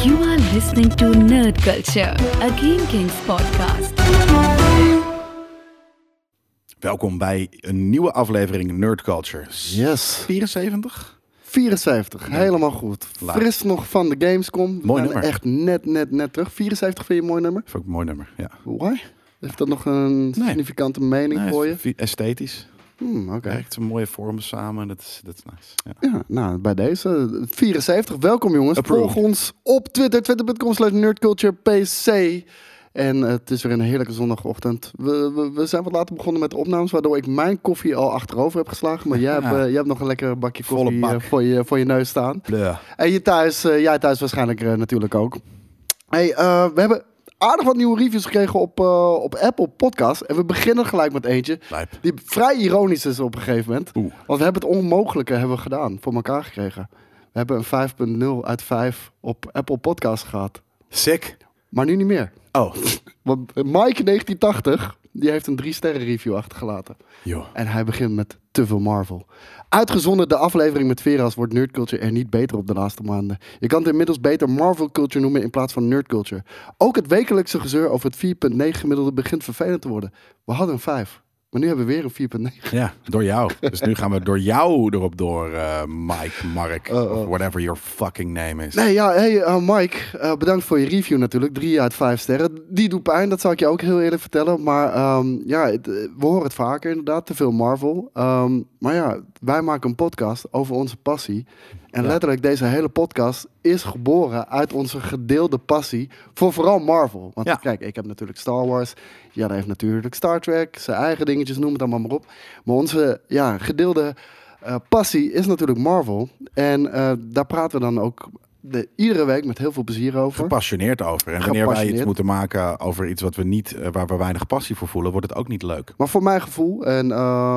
You are listening to Nerd Culture, a Game Kings podcast. Welkom bij een nieuwe aflevering Nerd Culture. Yes. 74? 74, helemaal goed. Laat. Fris nog van de Gamescom. Mooi We zijn nummer. echt net terug. 74 vind je een mooi nummer? Dat is ook een mooi nummer, ja. Why? Heeft dat nog een significante mening voor je? Esthetisch. Oké. Werkt een mooie vormen samen, dat is nice. Ja. Ja, nou, bij deze 74. Welkom jongens. Approved. Volg ons op Twitter, twitter.com/nerdculturepc. En het is weer een heerlijke zondagochtend. We zijn wat later begonnen met de opnames, waardoor ik mijn koffie al achterover heb geslagen. Maar jij hebt nog een lekker bakje Volle koffie bak. voor je neus staan. Bleh. En jij thuis waarschijnlijk natuurlijk ook. Hey, we hebben aardig wat nieuwe reviews gekregen op Apple Podcasts. En we beginnen gelijk met eentje Lijp. die vrij ironisch is op een gegeven moment. Oeh. Want we hebben het onmogelijke gedaan, voor elkaar gekregen. We hebben een 5.0 uit 5 op Apple Podcasts gehad. Sick. Maar nu niet meer. Oh. Want Mike 1980, die heeft een 3-sterren review achtergelaten. Yo. En hij begint met te veel Marvel. Uitgezonderd de aflevering met Veras wordt nerdculture er niet beter op de laatste maanden. Je kan het inmiddels beter Marvel Culture noemen in plaats van nerdculture. Ook het wekelijkse gezeur over het 4.9 gemiddelde begint vervelend te worden. We hadden een 5, maar nu hebben we weer een 4.9. Ja, door jou. Dus nu gaan we door jou erop door, Mike, Mark, of whatever your fucking name is. Nee, ja, hey Mike, bedankt voor je review natuurlijk. 3 uit 5 sterren. Die doet pijn, dat zal ik je ook heel eerlijk vertellen. Maar we horen het vaker inderdaad, te veel Marvel. Maar ja, wij maken een podcast over onze passie. En letterlijk, deze hele podcast is geboren uit onze gedeelde passie voor vooral Marvel. Want kijk, ik heb natuurlijk Star Wars. Ja, hij heeft natuurlijk Star Trek. Zijn eigen dingetjes, noem het allemaal maar op. Maar onze gedeelde passie is natuurlijk Marvel. En daar praten we dan ook iedere week met heel veel plezier over. Gepassioneerd over. En wanneer wij iets moeten maken over iets wat we niet, waar we weinig passie voor voelen, wordt het ook niet leuk. Maar voor mijn gevoel, en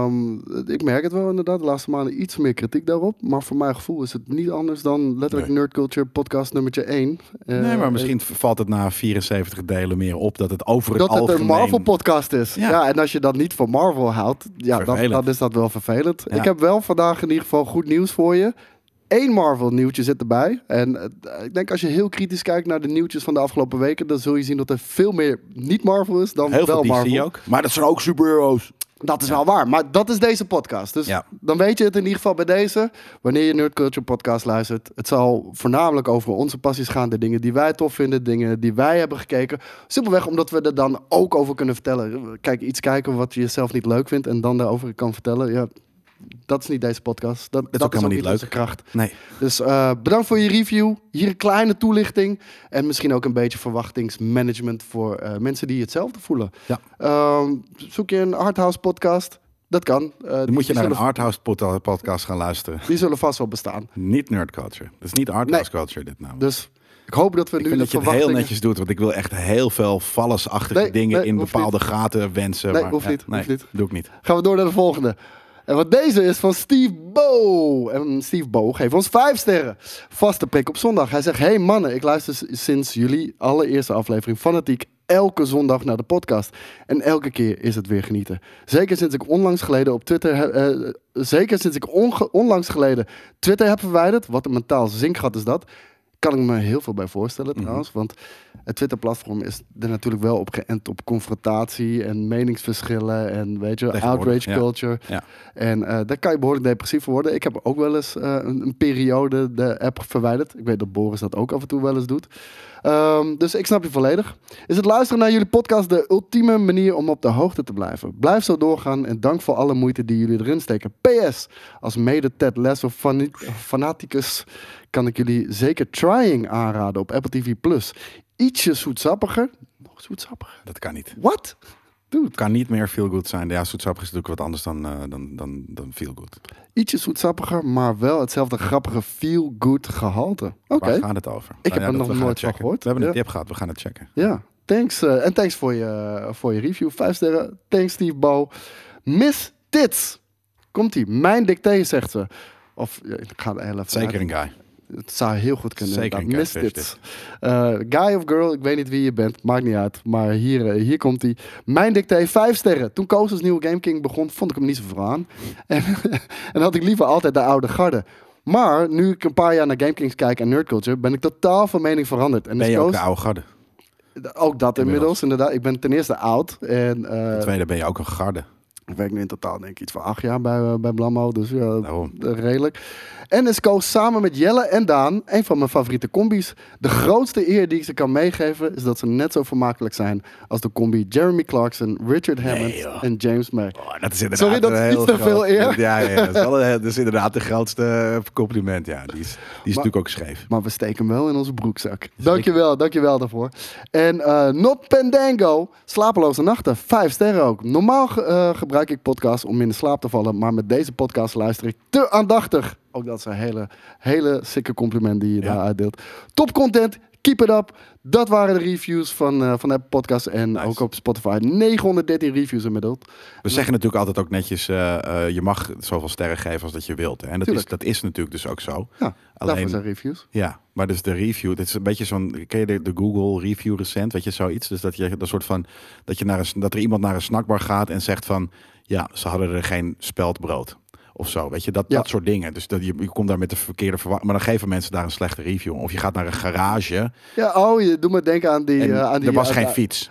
ik merk het wel inderdaad, de laatste maanden iets meer kritiek daarop. Maar voor mijn gevoel is het niet anders dan letterlijk Nerd Culture podcast nummertje 1. Nee, maar misschien valt het na 74 delen meer op dat het over het dat algemeen... het een Marvel podcast is. Ja. Ja, en als je dat niet van Marvel houdt, ja, dan is dat wel vervelend. Ja. Ik heb wel vandaag in ieder geval goed nieuws voor je. 1 Marvel nieuwtje zit erbij. En ik denk als je heel kritisch kijkt naar de nieuwtjes van de afgelopen weken, dan zul je zien dat er veel meer niet Marvel is dan heel wel veel DC Marvel. ook. Maar dat zijn ook superheroes. Dat is wel waar, maar dat is deze podcast. Dus dan weet je het in ieder geval bij deze. Wanneer je Nerd Culture podcast luistert. Het zal voornamelijk over onze passies gaan. De dingen die wij tof vinden. Dingen die wij hebben gekeken. Simpelweg omdat we er dan ook over kunnen vertellen. Kijk, iets kijken wat je zelf niet leuk vindt. En dan daarover kan vertellen. Ja, dat is niet deze podcast. Dat is ook helemaal niet leuk. onze kracht. Nee. Dus bedankt voor je review. Hier een kleine toelichting. En misschien ook een beetje verwachtingsmanagement voor mensen die hetzelfde voelen. Ja. Zoek je een arthouse podcast? Dat kan. Dan moet je naar een arthouse podcast gaan luisteren. Die zullen vast wel bestaan. Niet nerd culture. Dat is niet arthouse culture dit namelijk. Dus ik hoop dat we Ik nu vind de dat je het verwachtingen... heel netjes doet, want ik wil echt heel veel vallesachtige dingen in bepaalde gaten wensen. Nee, maar, hoeft niet. Doe ik niet. Gaan we door naar de volgende. En wat deze is van Steve Bo. En Steve Bo geeft ons 5 sterren. Vaste prik op zondag. Hij zegt, hey mannen, ik luister sinds jullie allereerste aflevering fanatiek elke zondag naar de podcast. En elke keer is het weer genieten. Zeker sinds ik onlangs geleden op Twitter... onlangs geleden Twitter heb verwijderd. Wat een mentaal zinkgat is dat. Kan ik me heel veel bij voorstellen trouwens. Want het Twitter-platform is er natuurlijk wel op geënt op confrontatie en meningsverschillen en weet je, outrage culture. Ja. En daar kan je behoorlijk depressief voor worden. Ik heb ook wel eens een periode de app verwijderd. Ik weet dat Boris dat ook af en toe wel eens doet. Dus ik snap je volledig. Is het luisteren naar jullie podcast de ultieme manier om op de hoogte te blijven? Blijf zo doorgaan en dank voor alle moeite die jullie erin steken. PS, als mede Ted Lasso fanaticus kan ik jullie zeker Trying aanraden op Apple TV+. Ietsje zoetsappiger. Nog zoetsappiger? Dat kan niet. What? Dude. Kan niet meer feel good zijn. Ja, zoetsappig is natuurlijk wat anders dan feel good. Ietsje zoetsappiger, maar wel hetzelfde grappige feel good gehalte. Oké. Waar gaat het over? Ik heb er nog nooit van gehoord. We hebben een tip gehad, we gaan het checken. Ja, thanks. En thanks voor je review. 5 sterren. Thanks Steve Bo. Miss Tits. Komt-ie. Mijn dicté, zegt ze. Of, ik ga er heel even Zeker een guy. Het zou heel goed kunnen. Zeker een Miss catfish Tits. Guy of girl, ik weet niet wie je bent. Maakt niet uit. Maar hier komt hij. Mijn dicté 5 sterren. Toen Koos als nieuwe Game King begon, vond ik hem niet zo veel aan. En had ik liever altijd de oude garde. Maar nu ik een paar jaar naar GameKings kijk en Nerd Culture, ben ik totaal van mening veranderd. En Ben East je ook Coast, een oude garde? ook dat inmiddels, inderdaad. Ik ben ten eerste oud. En Ten tweede ben je ook een garde. ik werk nu in totaal denk ik iets van 8 jaar bij Blammo. Dus ja, Daarom. redelijk. En is Koos samen met Jelle en Daan een van mijn favoriete combi's. De grootste eer die ik ze kan meegeven is dat ze net zo vermakelijk zijn als de combi Jeremy Clarkson, Richard Hammond joh. en James May. Oh, dat is inderdaad Sorry, dat is een heel iets te groot- veel eer. Ja, dat is, dat is inderdaad de grootste compliment. Ja, die is natuurlijk ook scheef. Maar we steken hem wel in onze broekzak. Dankjewel daarvoor. En Not Pendango, slapeloze nachten, 5 sterren ook. Normaal gebruik ik podcasts om in de slaap te vallen, maar met deze podcast luister ik te aandachtig. Ook dat is een hele sikke compliment die je daar uitdeelt. Top content, keep it up. Dat waren de reviews van de podcast en ook op Spotify. 913 reviews inmiddels. We zeggen natuurlijk altijd ook netjes, je mag zoveel sterren geven als dat je wilt. Hè. En dat is natuurlijk dus ook zo. Ja, daarvoor zijn reviews. Ja, maar dus de review, dit is een beetje zo'n, ken je de Google review recent, weet je, zoiets? Dus dat je een soort van, dat er iemand naar een snackbar gaat en zegt van, ja, ze hadden er geen speldbrood. Of zo, weet je, dat soort dingen. Dus dat je komt daar met de verkeerde verwachting. Maar dan geven mensen daar een slechte review. Of je gaat naar een garage. Ja, je doet me denken aan die... er was geen fiets.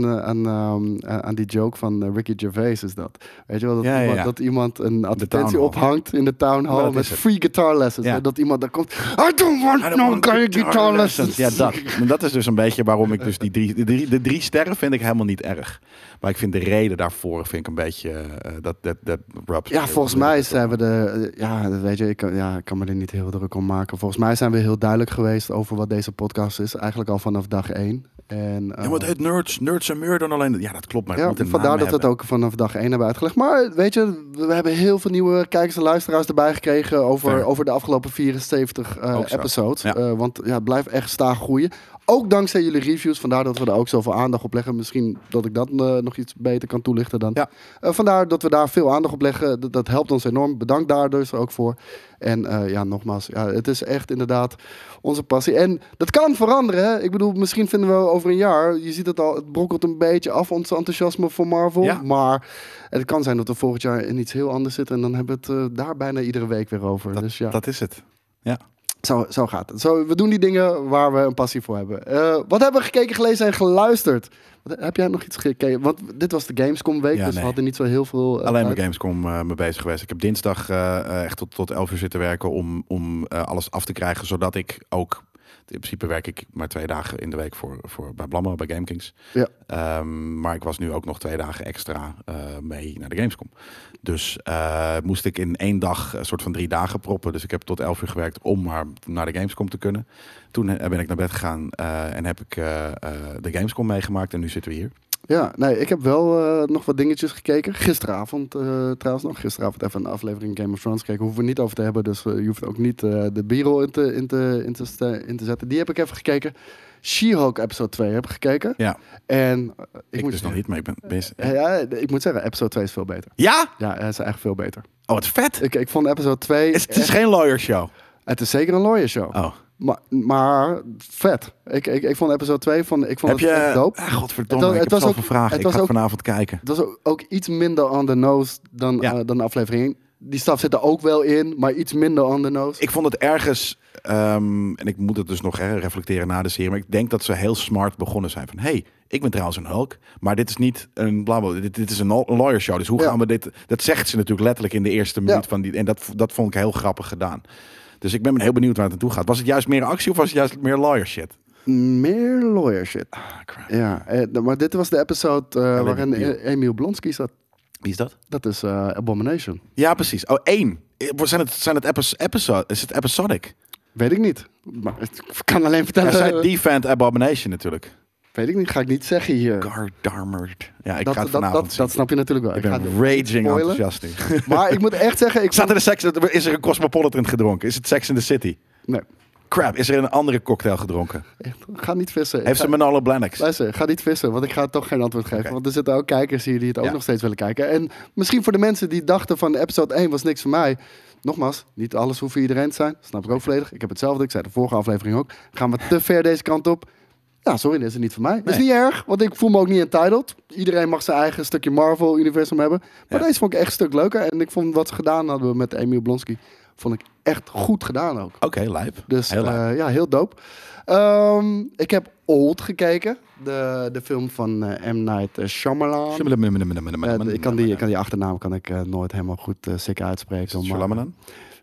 Aan die joke van Ricky Gervais is dat. Weet je wel, dat iemand een advertentie town ophangt in de town hall met free guitar lessons. Ja. Dat iemand daar komt, I don't want no guitar lessons. Ja, dat. En dat is dus een beetje waarom ik dus de 3 sterren vind ik helemaal niet erg. Maar ik vind de reden daarvoor vind ik een beetje dat rubs. Ja, volgens mij zijn we dat weet je, ik kan me er niet heel druk om maken. Volgens mij zijn we heel duidelijk geweest over wat deze podcast is. Eigenlijk al vanaf dag 1. En, ja, maar het heet nerds en meer dan alleen. Ja, dat klopt. Maar ja, vandaar dat we het ook vanaf dag 1 hebben uitgelegd. Maar weet je, we hebben heel veel nieuwe kijkers en luisteraars erbij gekregen over de afgelopen 74 episodes. Ja. Want het blijft echt staag groeien. Ook dankzij jullie reviews. Vandaar dat we er ook zoveel aandacht op leggen. Misschien dat ik dat nog iets beter kan toelichten dan. Ja. Vandaar dat we daar veel aandacht op leggen. Dat helpt ons enorm. Bedankt daar dus ook voor. En nogmaals, het is echt inderdaad onze passie. En dat kan veranderen. Hè? Ik bedoel, misschien vinden we over een jaar... Je ziet het al, het brokkelt een beetje af, ons enthousiasme voor Marvel. Ja. Maar het kan zijn dat we volgend jaar in iets heel anders zitten. En dan hebben we het daar bijna iedere week weer over. Dus ja. Dat is het. Ja. Zo gaat het. We doen die dingen waar we een passie voor hebben. Wat hebben we gekeken, gelezen en geluisterd? Heb jij nog iets gekeken? Want dit was de Gamescom week, dus we hadden niet zo heel veel... Alleen met Gamescom mee bezig geweest. Ik heb dinsdag echt tot 11 uur zitten werken om alles af te krijgen, zodat ik ook... In principe werk ik maar 2 dagen in de week bij Blammo, bij GameKings. Ja. Maar ik was nu ook nog 2 dagen extra mee naar de Gamescom. Dus moest ik in 1 dag een soort van 3 dagen proppen. Dus ik heb tot 11 uur gewerkt om maar naar de Gamescom te kunnen. Toen ben ik naar bed gegaan en heb ik de Gamescom meegemaakt. En nu zitten we hier. Ja, nee, ik heb wel nog wat dingetjes gekeken. Gisteravond trouwens nog. Gisteravond even een aflevering Game of Thrones gekeken. Hoeven we niet over te hebben, dus je hoeft ook niet de b-roll in te zetten. Die heb ik even gekeken. She-Hulk episode 2 heb ik gekeken. Ja. En ik dus nog niet, maar ik ben bezig. Ja, ik moet zeggen, episode 2 is veel beter. Ja? Ja, het is echt veel beter. Oh, wat vet. Ik vond episode 2... Het is geen lawyer show. Het is zeker een lawyer show. Oh. Maar vet. Ik vond episode 2 ik vond heb het echt dope. Godverdomme, ik heb zoveel vragen. Ik ga vanavond kijken. Het was ook iets minder on the nose dan de aflevering 1. Die staf zit er ook wel in, maar iets minder on the nose. Ik vond het ergens, en ik moet het dus nog reflecteren na de serie, maar ik denk dat ze heel smart begonnen zijn. Van, hey, ik ben trouwens een Hulk, maar dit is niet een blablabla, dit is een lawyer show. Dus hoe gaan we dit... Dat zegt ze natuurlijk letterlijk in de eerste minuut van die... En dat vond ik heel grappig gedaan. Dus ik ben heel benieuwd waar het naartoe gaat. Was het juist meer actie of was het juist meer lawyer shit? Meer lawyer shit. Ah, crap. Ja, maar dit was de episode waarin Emil Blonsky zat. Wie is dat? Dat is Abomination. Ja, precies. Oh, 1. Zijn het episode? Is het episodic? Weet ik niet. Maar ik kan alleen vertellen... Hij zei Defend Abomination natuurlijk. Weet ik niet, ga ik niet zeggen hier. Gardarmored. Ja, ik ga het vanavond zien. Dat snap je natuurlijk wel. Ik ben raging enthousiast nu. Maar ik moet echt zeggen... Is er een Cosmopolitan gedronken? Is het Sex in the City? Nee. Crap, is er een andere cocktail gedronken? Echt, ga niet vissen. Heeft ze Manolo Blahniks? Luister, ga niet vissen, want ik ga toch geen antwoord geven. Okay. Want er zitten ook kijkers hier die het ook nog steeds willen kijken. En misschien voor de mensen die dachten van episode 1 was niks voor mij. Nogmaals, niet alles hoeft voor iedereen te zijn. Snap ik ook volledig. Ik heb hetzelfde, ik zei de vorige aflevering ook. Gaan we te ver deze kant op? Ja, sorry, dat is het niet voor mij. Dat is niet erg, want ik voel me ook niet entitled. Iedereen mag zijn eigen stukje Marvel-universum hebben. Maar deze vond ik echt een stuk leuker. En ik vond wat ze gedaan hadden met Emil Blonsky Vond ik echt goed gedaan ook. Oké, lijp. Dus Heel lijp. ja, heel dope. Ik heb Old gekeken. De film van M. Night Shyamalan. Ik kan die achternaam nooit helemaal goed zeker uitspreken. Shyamalan?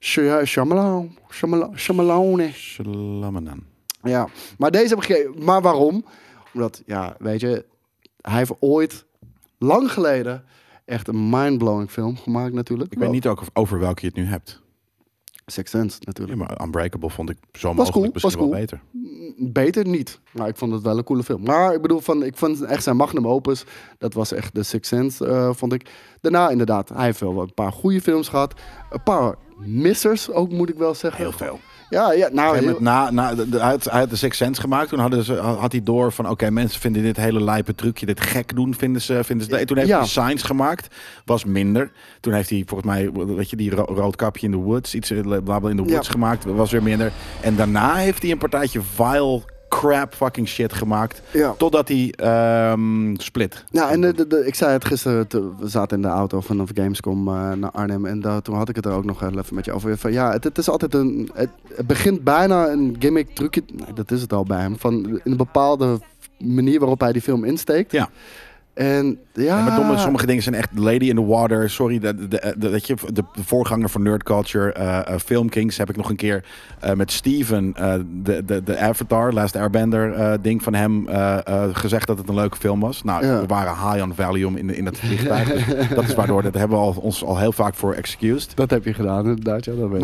Shyamalan. Ja, maar deze heb ik gekeken. Maar waarom? Omdat, ja, weet je, hij heeft ooit, lang geleden, echt een mindblowing film gemaakt natuurlijk. Ik weet niet ook over welke je het nu hebt. Sixth Sense natuurlijk. Ja, maar Unbreakable vond ik zo Was mogelijk cool, misschien was wel cool. beter. Beter niet. Maar ik vond het wel een coole film. Maar ik bedoel, ik vond echt zijn magnum opus. Dat was echt de Sixth Sense, vond ik. Daarna inderdaad, hij heeft wel een paar goede films gehad. Een paar missers ook, moet ik wel zeggen. Heel veel. Ja, nou... Hij had de Sixth Sense gemaakt. Toen had hij door van... Oké, mensen vinden dit hele lijpe trucje, dit gek doen, vinden ze. Toen heeft hij Signs gemaakt. Was minder. Toen heeft hij volgens mij, weet je, die roodkapje in the woods. Iets blablabla in the woods gemaakt. Was weer minder. En daarna heeft hij een partijtje vile crap fucking shit gemaakt. Ja. Totdat hij Split. Ja, en ik zei het gisteren, we zaten in de auto vanaf Gamescom naar Arnhem. En toen had ik het er ook nog even met je over. Van, ja, het is altijd het begint bijna een gimmick trucje. Nee, dat is het al bij hem. Van in een bepaalde manier waarop hij die film insteekt. Ja. En ja... maar domme, sommige dingen zijn echt Lady in the Water. Sorry, de voorganger van Nerd Culture, Film Kings, heb ik nog een keer met Steven, de Avatar, Last Airbender ding van hem, gezegd dat het een leuke film was. Nou, we waren high on Valium in dat vliegtuig. Dus dat is waardoor, dat hebben we ons al heel vaak voor excused. Dat heb je gedaan, inderdaad. Ja, dat weet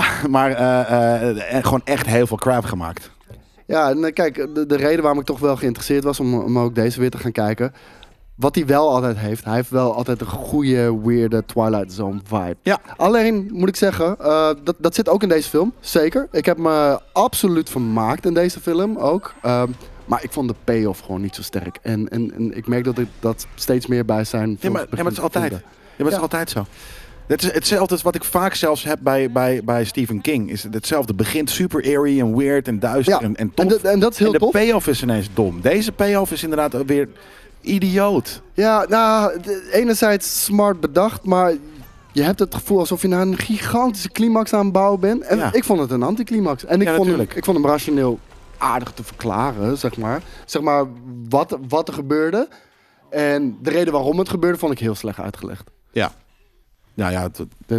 en gewoon echt heel veel crap gemaakt. Ja, en kijk, de reden waarom ik toch wel geïnteresseerd was om ook deze weer te gaan kijken... Wat hij wel altijd heeft. Hij heeft wel altijd een goede, weirde Twilight Zone vibe. Ja. Alleen, moet ik zeggen, dat zit ook in deze film. Zeker. Ik heb me absoluut vermaakt in deze film ook. Maar ik vond de payoff gewoon niet zo sterk. En ik merk dat ik dat steeds meer bij zijn films maar het is altijd. Het is altijd zo. Het is hetzelfde wat ik vaak zelfs heb bij Stephen King. Is hetzelfde. Begint super eerie en weird en duister en tof. En dat is heel tof. De payoff is ineens dom. Deze payoff is inderdaad weer... idioot. Ja, nou, enerzijds smart bedacht, maar je hebt het gevoel alsof je naar een gigantische climax aan het bouwen bent. En ik vond het een anticlimax. En ik vond hem rationeel aardig te verklaren, zeg maar. Zeg maar, wat er gebeurde. En de reden waarom het gebeurde, vond ik heel slecht uitgelegd. Ja. Nou ja,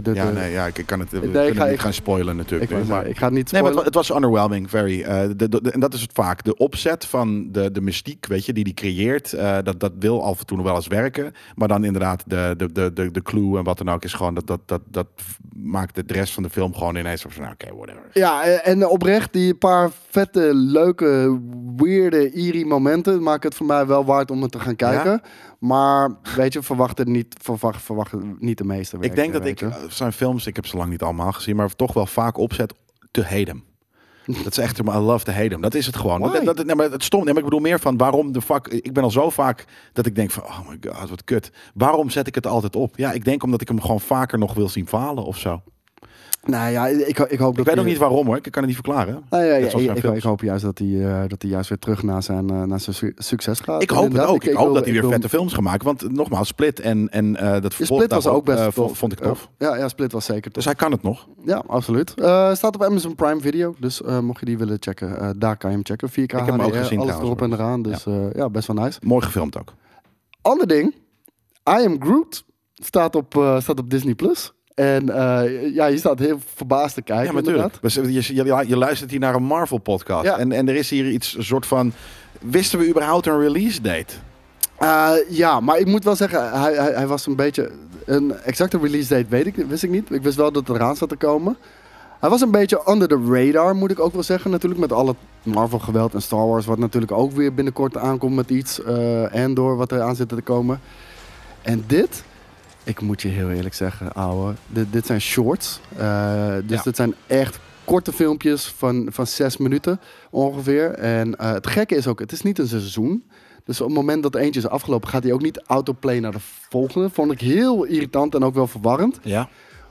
ik kan het niet gaan spoilen natuurlijk. Ik ga het niet spoilen. Nee, het was underwhelming, very. En dat is het vaak. De opzet van de mystiek, weet je, die creëert, dat wil af en toe nog wel eens werken. Maar dan inderdaad de clue en wat dan ook is gewoon, dat maakt de rest van de film gewoon ineens van, nou, oké, whatever. Ja, en oprecht, die paar vette, leuke, weirde, eerie momenten maken het voor mij wel waard om het te gaan kijken. Ja? Maar weet je, verwacht niet de meeste. Ik denk dat zijn films, ik heb ze lang niet allemaal gezien, maar toch wel vaak opzet te hate hem. Dat is echt, I love to hate hem. Dat is het gewoon. Maar het stom. Maar ik bedoel meer van waarom de fuck. Ik ben al zo vaak dat ik denk van, oh my god, wat kut. Waarom zet ik het altijd op? Ja, ik denk omdat ik hem gewoon vaker nog wil zien falen of zo. Nou ja, ik hoop dat... Ik weet ook niet waarom hoor. Ik kan het niet verklaren. Ik hoop juist dat hij juist weer terug naar zijn succes gaat. Ik hoop het ook. Ik hoop dat hij weer vette films gaat maken. Want nogmaals, Split en dat vervolg Split was ook best tof. Vond ik tof. Ja, Split was zeker tof. Dus hij kan het nog. Ja, absoluut. Staat op Amazon Prime Video. Dus mocht je die willen checken, daar kan je hem checken. 4K ik heb hem ook gezien alles erop en eraan. Dus best wel nice. Mooi gefilmd ook. Ander ding. I Am Groot staat op Disney+. En je staat heel verbaasd te kijken. Ja, natuurlijk. Je luistert hier naar een Marvel podcast. Ja. En er is hier iets soort van... Wisten we überhaupt een release date? Ja, maar ik moet wel zeggen, hij was een beetje... Een exacte release date wist ik niet. Ik wist wel dat het eraan zat te komen. Hij was een beetje under the radar, moet ik ook wel zeggen. Natuurlijk met alle Marvel geweld en Star Wars... wat natuurlijk ook weer binnenkort aankomt met iets. Andor, wat er aan zit te komen. En dit... Ik moet je heel eerlijk zeggen, ouwe. Dit zijn shorts. Dit zijn echt korte filmpjes van 6 minuten ongeveer. En het gekke is ook, het is niet een seizoen. Dus op het moment dat er eentje is afgelopen, gaat hij ook niet autoplay naar de volgende. Vond ik heel irritant en ook wel verwarrend. Ja.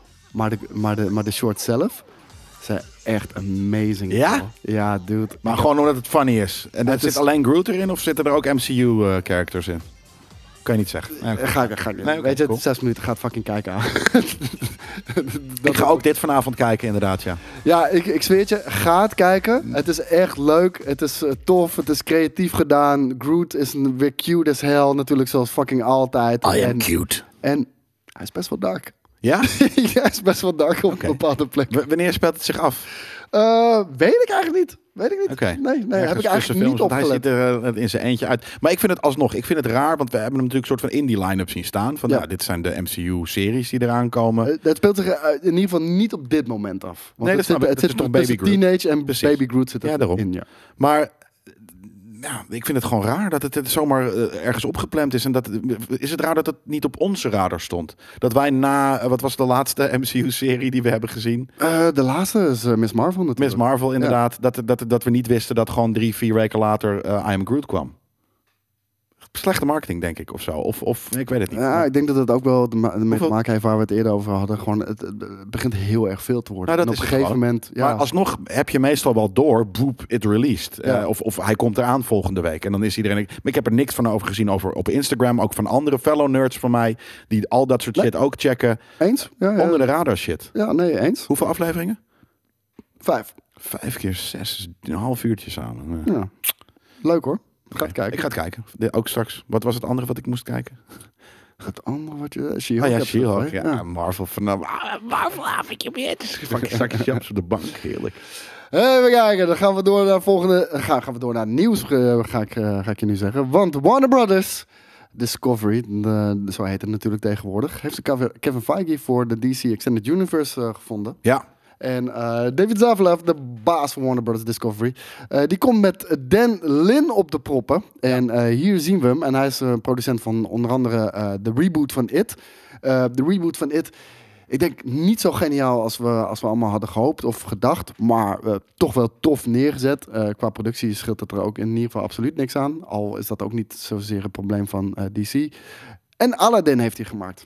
Maar de shorts zelf zijn echt amazing. Ja? Bro. Ja, dude. Maar gewoon omdat het funny is. En zit alleen Groot erin of zitten er ook MCU-characters in? Kan je niet zeggen. Nee, oké. Ga ik niet. Nee, oké, Weet je, cool. 6 minuten gaat fucking kijken aan. Ik ga ook dit vanavond kijken, inderdaad, ja. Ja, ik zweer het je, ga het kijken. Het is echt leuk. Het is tof. Het is creatief gedaan. Groot is weer cute as hell. Natuurlijk zoals fucking altijd. cute. En hij is best wel dark. Ja? Ja, hij is best wel dark op een bepaalde plek. Wanneer speelt het zich af? Weet ik eigenlijk niet. Weet ik niet. Oké. Nee, heb ik Ergens tussen eigenlijk niet films, want hij opgelet. ziet er in zijn eentje uit. Maar ik vind het alsnog, ik vind het raar, want we hebben hem natuurlijk een soort van indie line-up zien staan. Van, Ja. ja, dit zijn de MCU-series die eraan komen. Het speelt zich in ieder geval niet op dit moment af. Want Nee, het dat snap ik. het Het zit is toch tussen Baby Groot? Teenage en Precies. Baby Groot zit Ja, er daarom. in. Ja. Maar ja, ik vind het gewoon raar dat het zomaar ergens opgepland is. En is het raar dat het niet op onze radar stond? Dat wij wat was de laatste MCU-serie die we hebben gezien? De laatste is Miss Marvel natuurlijk. Miss Marvel, inderdaad. Dat we niet wisten dat gewoon 3-4 weken later I Am Groot kwam. Slechte marketing, denk ik, of zo. Of ik weet het niet. Ja, ik denk dat het ook wel mee te Hoeveel- maken heeft waar we het eerder over hadden. Gewoon, het begint heel erg veel te worden. Nou, dat en op is een het gegeven gewoon. moment... Ja, Maar alsnog heb je meestal wel door, boep, it released. Ja. Of hij komt eraan volgende week. En dan is iedereen... Maar ik heb er niks van over gezien op Instagram. Ook van andere fellow nerds van mij. Die al dat soort shit ook checken. eens? Ja, Onder de radar shit. ja, nee, eens. Hoeveel afleveringen? 5. 5 keer 6, een half uurtje samen. Ja. Leuk hoor. Ga Oké, het kijken. Ik ga het kijken. Ook straks. Wat was het andere wat ik moest kijken? Het andere wat je... She-Hulk Oh ja, hebt She-Hulk. gezegd, Ja, Marvel vanaf. Marvel avondje met. Fucking zakje chips op de bank. Heerlijk. Even kijken, dan gaan we door naar volgende... Gaan we door naar het nieuws, ga ik je nu zeggen. Want Warner Brothers Discovery, zo heet het natuurlijk tegenwoordig, heeft Kevin Feige voor de DC Extended Universe gevonden. Ja. En David Zaslav, de baas van Warner Brothers Discovery, die komt met Dan Lin op de proppen. En hier zien we hem. En hij is producent van onder andere de reboot van It. De reboot van It, ik denk niet zo geniaal als we allemaal hadden gehoopt of gedacht. Maar toch wel tof neergezet. Qua productie scheelt het er ook in ieder geval absoluut niks aan. Al is dat ook niet zozeer een probleem van DC. En Aladdin heeft hij gemaakt.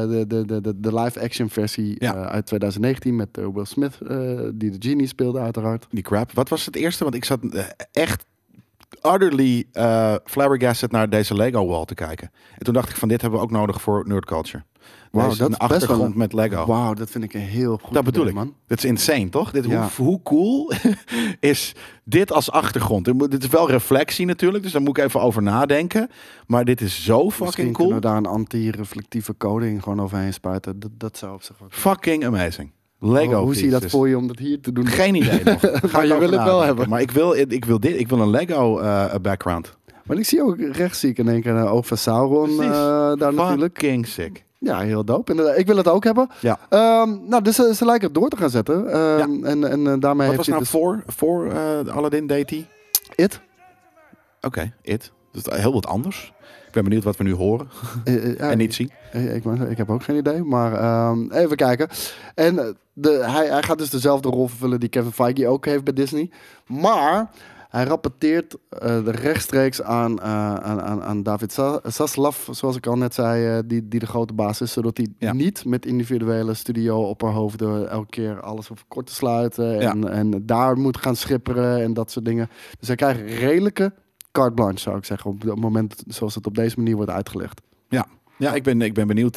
De live-action versie uit 2019 met Will Smith, die de Genie speelde uiteraard. Die crap. Wat was het eerste? Want ik zat echt utterly flabbergasted naar deze Lego wall te kijken. En toen dacht ik van dit hebben we ook nodig voor nerd culture. Wauw, Deze dat een is best wel achtergrond met Lego. Wauw, dat vind ik een heel goed Dat bedoel idee, ik. man. Dat is insane, toch? Ja. Hoe cool is dit als achtergrond? Dit is wel reflectie natuurlijk, dus daar moet ik even over nadenken. Maar dit is zo Misschien fucking kunnen cool. we daar een anti-reflectieve coating gewoon overheen spuiten. Dat zou op zich ook... Fucking amazing. Lego Hoe zie je dat pieces. voor je om dat hier te doen? Geen idee nog. Ga Maar ik je over wil het wel nadenken. hebben. Maar ik wil een Lego background. Maar ik zie ook rechts zie ik in één keer een oog van Sauron daar natuurlijk. Fucking sick. Ja, heel dope. Inderdaad. Ik wil het ook hebben. Ja. Nou, dus ze lijken het door te gaan zetten. En daarmee Wat heeft was hij nou dus voor Aladdin deed hij? It. Oké, It. Dat is heel wat anders. Ik ben benieuwd wat we nu horen Ja, en niet zien. Ik heb ook geen idee, maar even kijken. En hij gaat dus dezelfde rol vervullen die Kevin Feige ook heeft bij Disney. Maar hij rapporteert rechtstreeks aan David Zaslav, zoals ik al net zei, die de grote baas is. Zodat hij niet met individuele studio-opperhoofden elke keer alles op kort te sluiten. En daar moet gaan schipperen en dat soort dingen. Dus hij krijgt redelijke carte blanche, zou ik zeggen, op het moment zoals het op deze manier wordt uitgelegd. Ja, ik ben benieuwd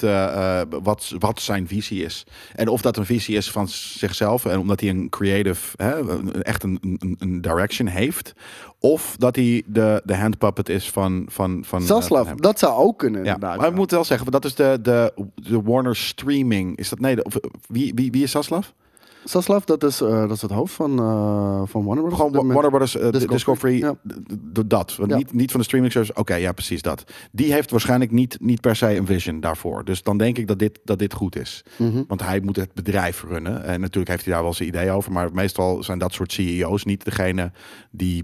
wat zijn visie is. En of dat een visie is van zichzelf. En omdat hij een creative, echt een direction heeft. Of dat hij de handpuppet is van Zaslav, hem. dat zou ook kunnen Ja, inderdaad. maar ik moet wel zeggen, dat is de Warner Streaming. Is dat wie is Zaslav? Zaslav, dat is het hoofd van Warner Brothers. Gewoon Warner Brothers Discovery, Ja. dat. Ja. Niet van de streaming service. Oké, ja, precies dat. Die heeft waarschijnlijk niet per se een vision daarvoor. Dus dan denk ik dat dit goed is. Mhm. Want hij moet het bedrijf runnen. En natuurlijk heeft hij daar wel zijn idee over. Maar meestal zijn dat soort CEO's niet degene die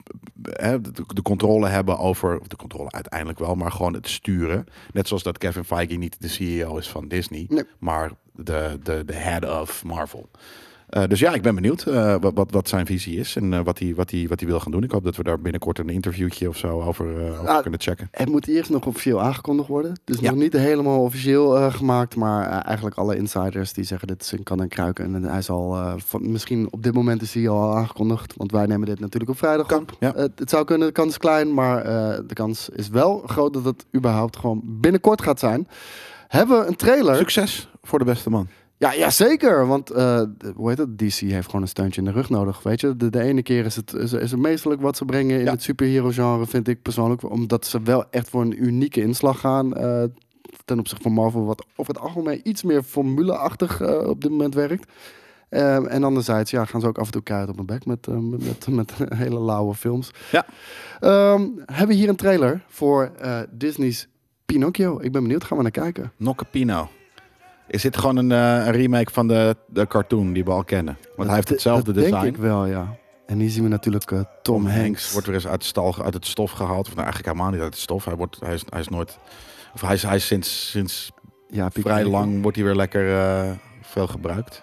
de controle hebben over... De controle uiteindelijk wel, maar gewoon het sturen. Net zoals dat Kevin Feige niet de CEO is van Disney. Nee. Maar de head of Marvel. Dus ja, ik ben benieuwd wat zijn visie is en wat hij wil gaan doen. Ik hoop dat we daar binnenkort een interviewtje of zo over kunnen checken. Het moet eerst nog officieel aangekondigd worden. Dus Ja. nog niet helemaal officieel gemaakt, maar eigenlijk alle insiders die zeggen dit is een kan en kruiken. En hij zal, misschien op dit moment is hij al aangekondigd, want wij nemen dit natuurlijk op vrijdag op. Ja. Het zou kunnen, de kans is klein, maar de kans is wel groot dat het überhaupt gewoon binnenkort gaat zijn. Hebben we een trailer? Succes voor de beste man. Ja, zeker. Want hoe heet het? DC heeft gewoon een steuntje in de rug nodig. Weet je, de ene keer is het meestelijk wat ze brengen in het superhero genre, vind ik persoonlijk. Omdat ze wel echt voor een unieke inslag gaan. Ten opzichte van Marvel, wat over het algemeen iets meer formuleachtig op dit moment werkt. En anderzijds gaan ze ook af en toe keihard op mijn bek met hele lauwe films. Ja. Hebben we hier een trailer voor Disney's Pinocchio. Ik ben benieuwd, gaan we naar kijken. Noccapino. Is dit gewoon een remake van de cartoon die we al kennen? Want hij heeft hetzelfde dat design. denk ik wel, ja. En hier zien we natuurlijk Tom Hanks. Wordt weer eens uit het stof gehaald. Of nou, eigenlijk helemaal niet uit het stof. Hij is nooit... Of hij is sinds vrij lang wordt hij weer lekker veel gebruikt.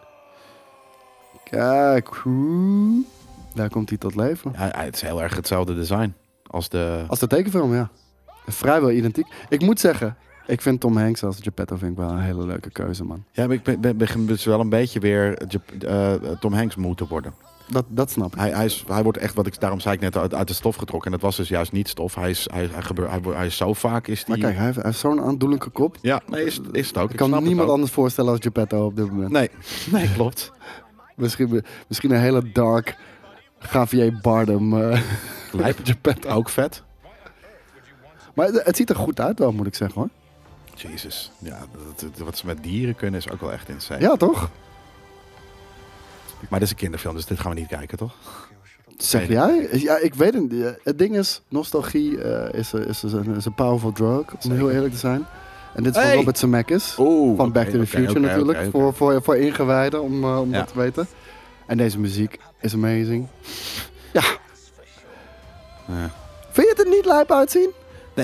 Kijk, daar komt hij tot leven. Ja, het is heel erg hetzelfde design als de tekenfilm, ja. Vrijwel identiek. Ik moet zeggen, ik vind Tom Hanks als Geppetto vind ik wel een hele leuke keuze, man. Ja, maar ik begin dus wel een beetje weer Tom Hanks moeten worden. Dat snap ik. Hij wordt echt, daarom zei ik net, uit de stof getrokken. En dat was dus juist niet stof. Hij is zo vaak... Maar kijk, hij heeft zo'n aandoenlijke kop. Ja, nee, is het ook. Ik kan niemand anders voorstellen als Geppetto op dit moment. Nee, klopt. Misschien een hele dark Javier Bardem. Lijp Geppetto. Ook vet. Maar het ziet er goed uit wel, moet ik zeggen, hoor. Jezus. Ja, wat ze met dieren kunnen is ook wel echt insane. Ja, toch? Maar dit is een kinderfilm, dus dit gaan we niet kijken, toch? Zeg jij? Ja, ik weet het niet. Het ding is, nostalgie is een powerful drug, om heel eerlijk te zijn. En dit is van Robert Zemeckis, van Back to the Future natuurlijk, voor ingewijden, om dat te weten. En deze muziek is amazing. Ja. Vind je het er niet lijp uitzien? Nee,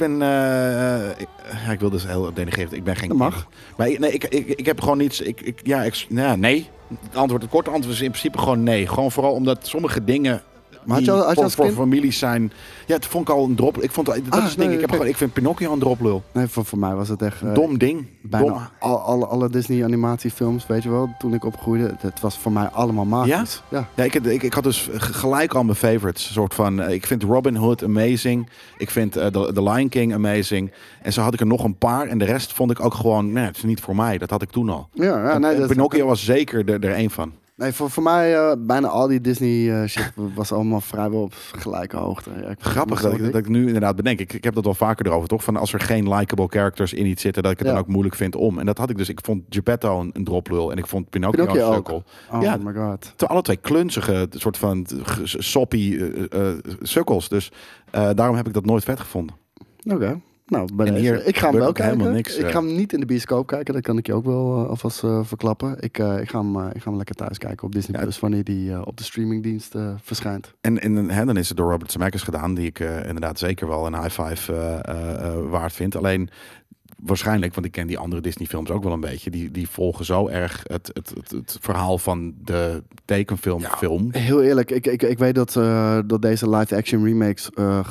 ik wil dus heel denigrerend. Ik ben geen... Dat mag. Maar ik heb gewoon niets... nee. Het korte antwoord is in principe gewoon nee. Gewoon vooral omdat sommige dingen... Maar had je voor families zijn... Ja, het vond ik al een drop. Ik vond dat is het ding. Ik vind Pinocchio een droplul. Nee, voor mij was het echt... Dom ding. Bijna alle Disney animatiefilms, weet je wel, toen ik opgroeide. Het was voor mij allemaal magisch. Ja, ik had dus gelijk al mijn favorites. Soort van, ik vind Robin Hood amazing. Ik vind The Lion King amazing. En zo had ik er nog een paar. En de rest vond ik ook gewoon, nee, het is niet voor mij. Dat had ik toen al. En Pinocchio was zeker er één van. Nee, voor mij bijna al die Disney shit was allemaal vrijwel op gelijke hoogte. Ja, grappig dat ik nu inderdaad bedenk. Ik heb dat wel vaker erover, toch? Van als er geen likable characters in iets zitten, dat ik het dan ook moeilijk vind om. En dat had ik dus. Ik vond Geppetto een droplul en ik vond Pinocchio een sukkel. Oh my god. Alle twee klunzige, soort van soppy sukkels. Dus daarom heb ik dat nooit vet gevonden. Oké. Nou, ik ga hem wel kijken. Ik ga hem niet in de bioscoop kijken. Dat kan ik je ook wel alvast verklappen. Ik ga hem lekker thuis kijken op Disney Plus wanneer die op de streamingdienst verschijnt. En dan is het door Robert Zemeckis gedaan, die ik inderdaad zeker wel een high five waard vind. Alleen waarschijnlijk, want ik ken die andere Disney films ook wel een beetje. Die volgen zo erg het verhaal van de tekenfilm. Heel eerlijk, ik weet dat deze live-action remakes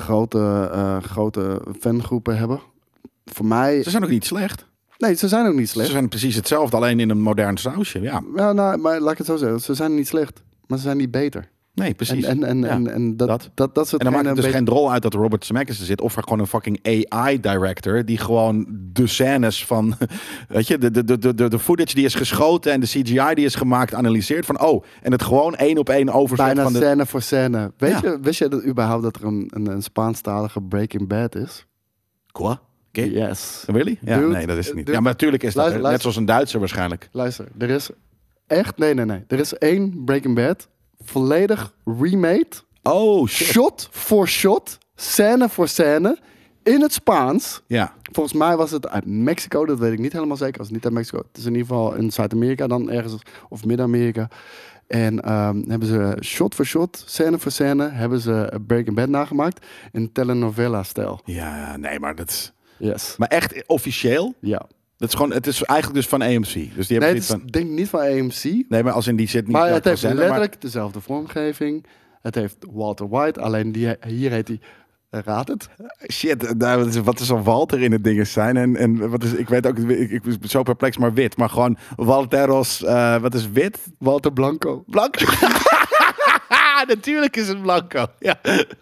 grote fangroepen hebben. Voor mij... Ze zijn ook niet slecht. Nee, ze zijn ook niet slecht. Ze zijn precies hetzelfde, alleen in een modern sausje. Ja, nou, maar laat ik het zo zeggen. Ze zijn niet slecht, maar ze zijn niet beter. Nee, precies. En dat soort en dan maakt het dus geen drol uit dat Robert Zemeckis er zit. Of er gewoon een fucking AI-director die gewoon de scènes van... Weet je, de footage die is geschoten en de CGI die is gemaakt analyseert van... en het gewoon 1 op 1 overzet bijna van de... scène voor scène. Wist je dat überhaupt dat er een Spaanstalige Breaking Bad is? Quoi? Okay. Yes. Really? Ja, Dude, nee, dat is het niet. Ja, maar natuurlijk is dat net zoals een Duitser waarschijnlijk. Luister, er is echt... Nee. Er is 1 Breaking Bad... volledig remade. Oh, shit. Shot voor shot. Scène voor scène. In het Spaans. Ja. Volgens mij was het uit Mexico. Dat weet ik niet helemaal zeker. Als het niet uit Mexico. Het is in ieder geval in Zuid-Amerika dan ergens. Of Midden-Amerika. En hebben ze shot voor shot, scène voor scène... hebben ze Breaking Bad nagemaakt. In telenovela-stijl. Ja, nee, maar dat is... Yes. Maar echt officieel? Ja. Het is eigenlijk dus van AMC. Dus die hebben Nee, het zoiets is denk ik niet van AMC. Nee, maar als in die zit niet... Maar ja, het heeft zender, letterlijk dezelfde vormgeving. Het heeft Walter White, alleen hier heet hij... raad het? Shit, wat is al Walter in het ding zijn? En wat is... Ik weet ook... Ik ben zo perplex, maar wit. Maar gewoon Walteros... wat is wit? Walter Blanco. Blanco. Natuurlijk is het Blanco. Ja.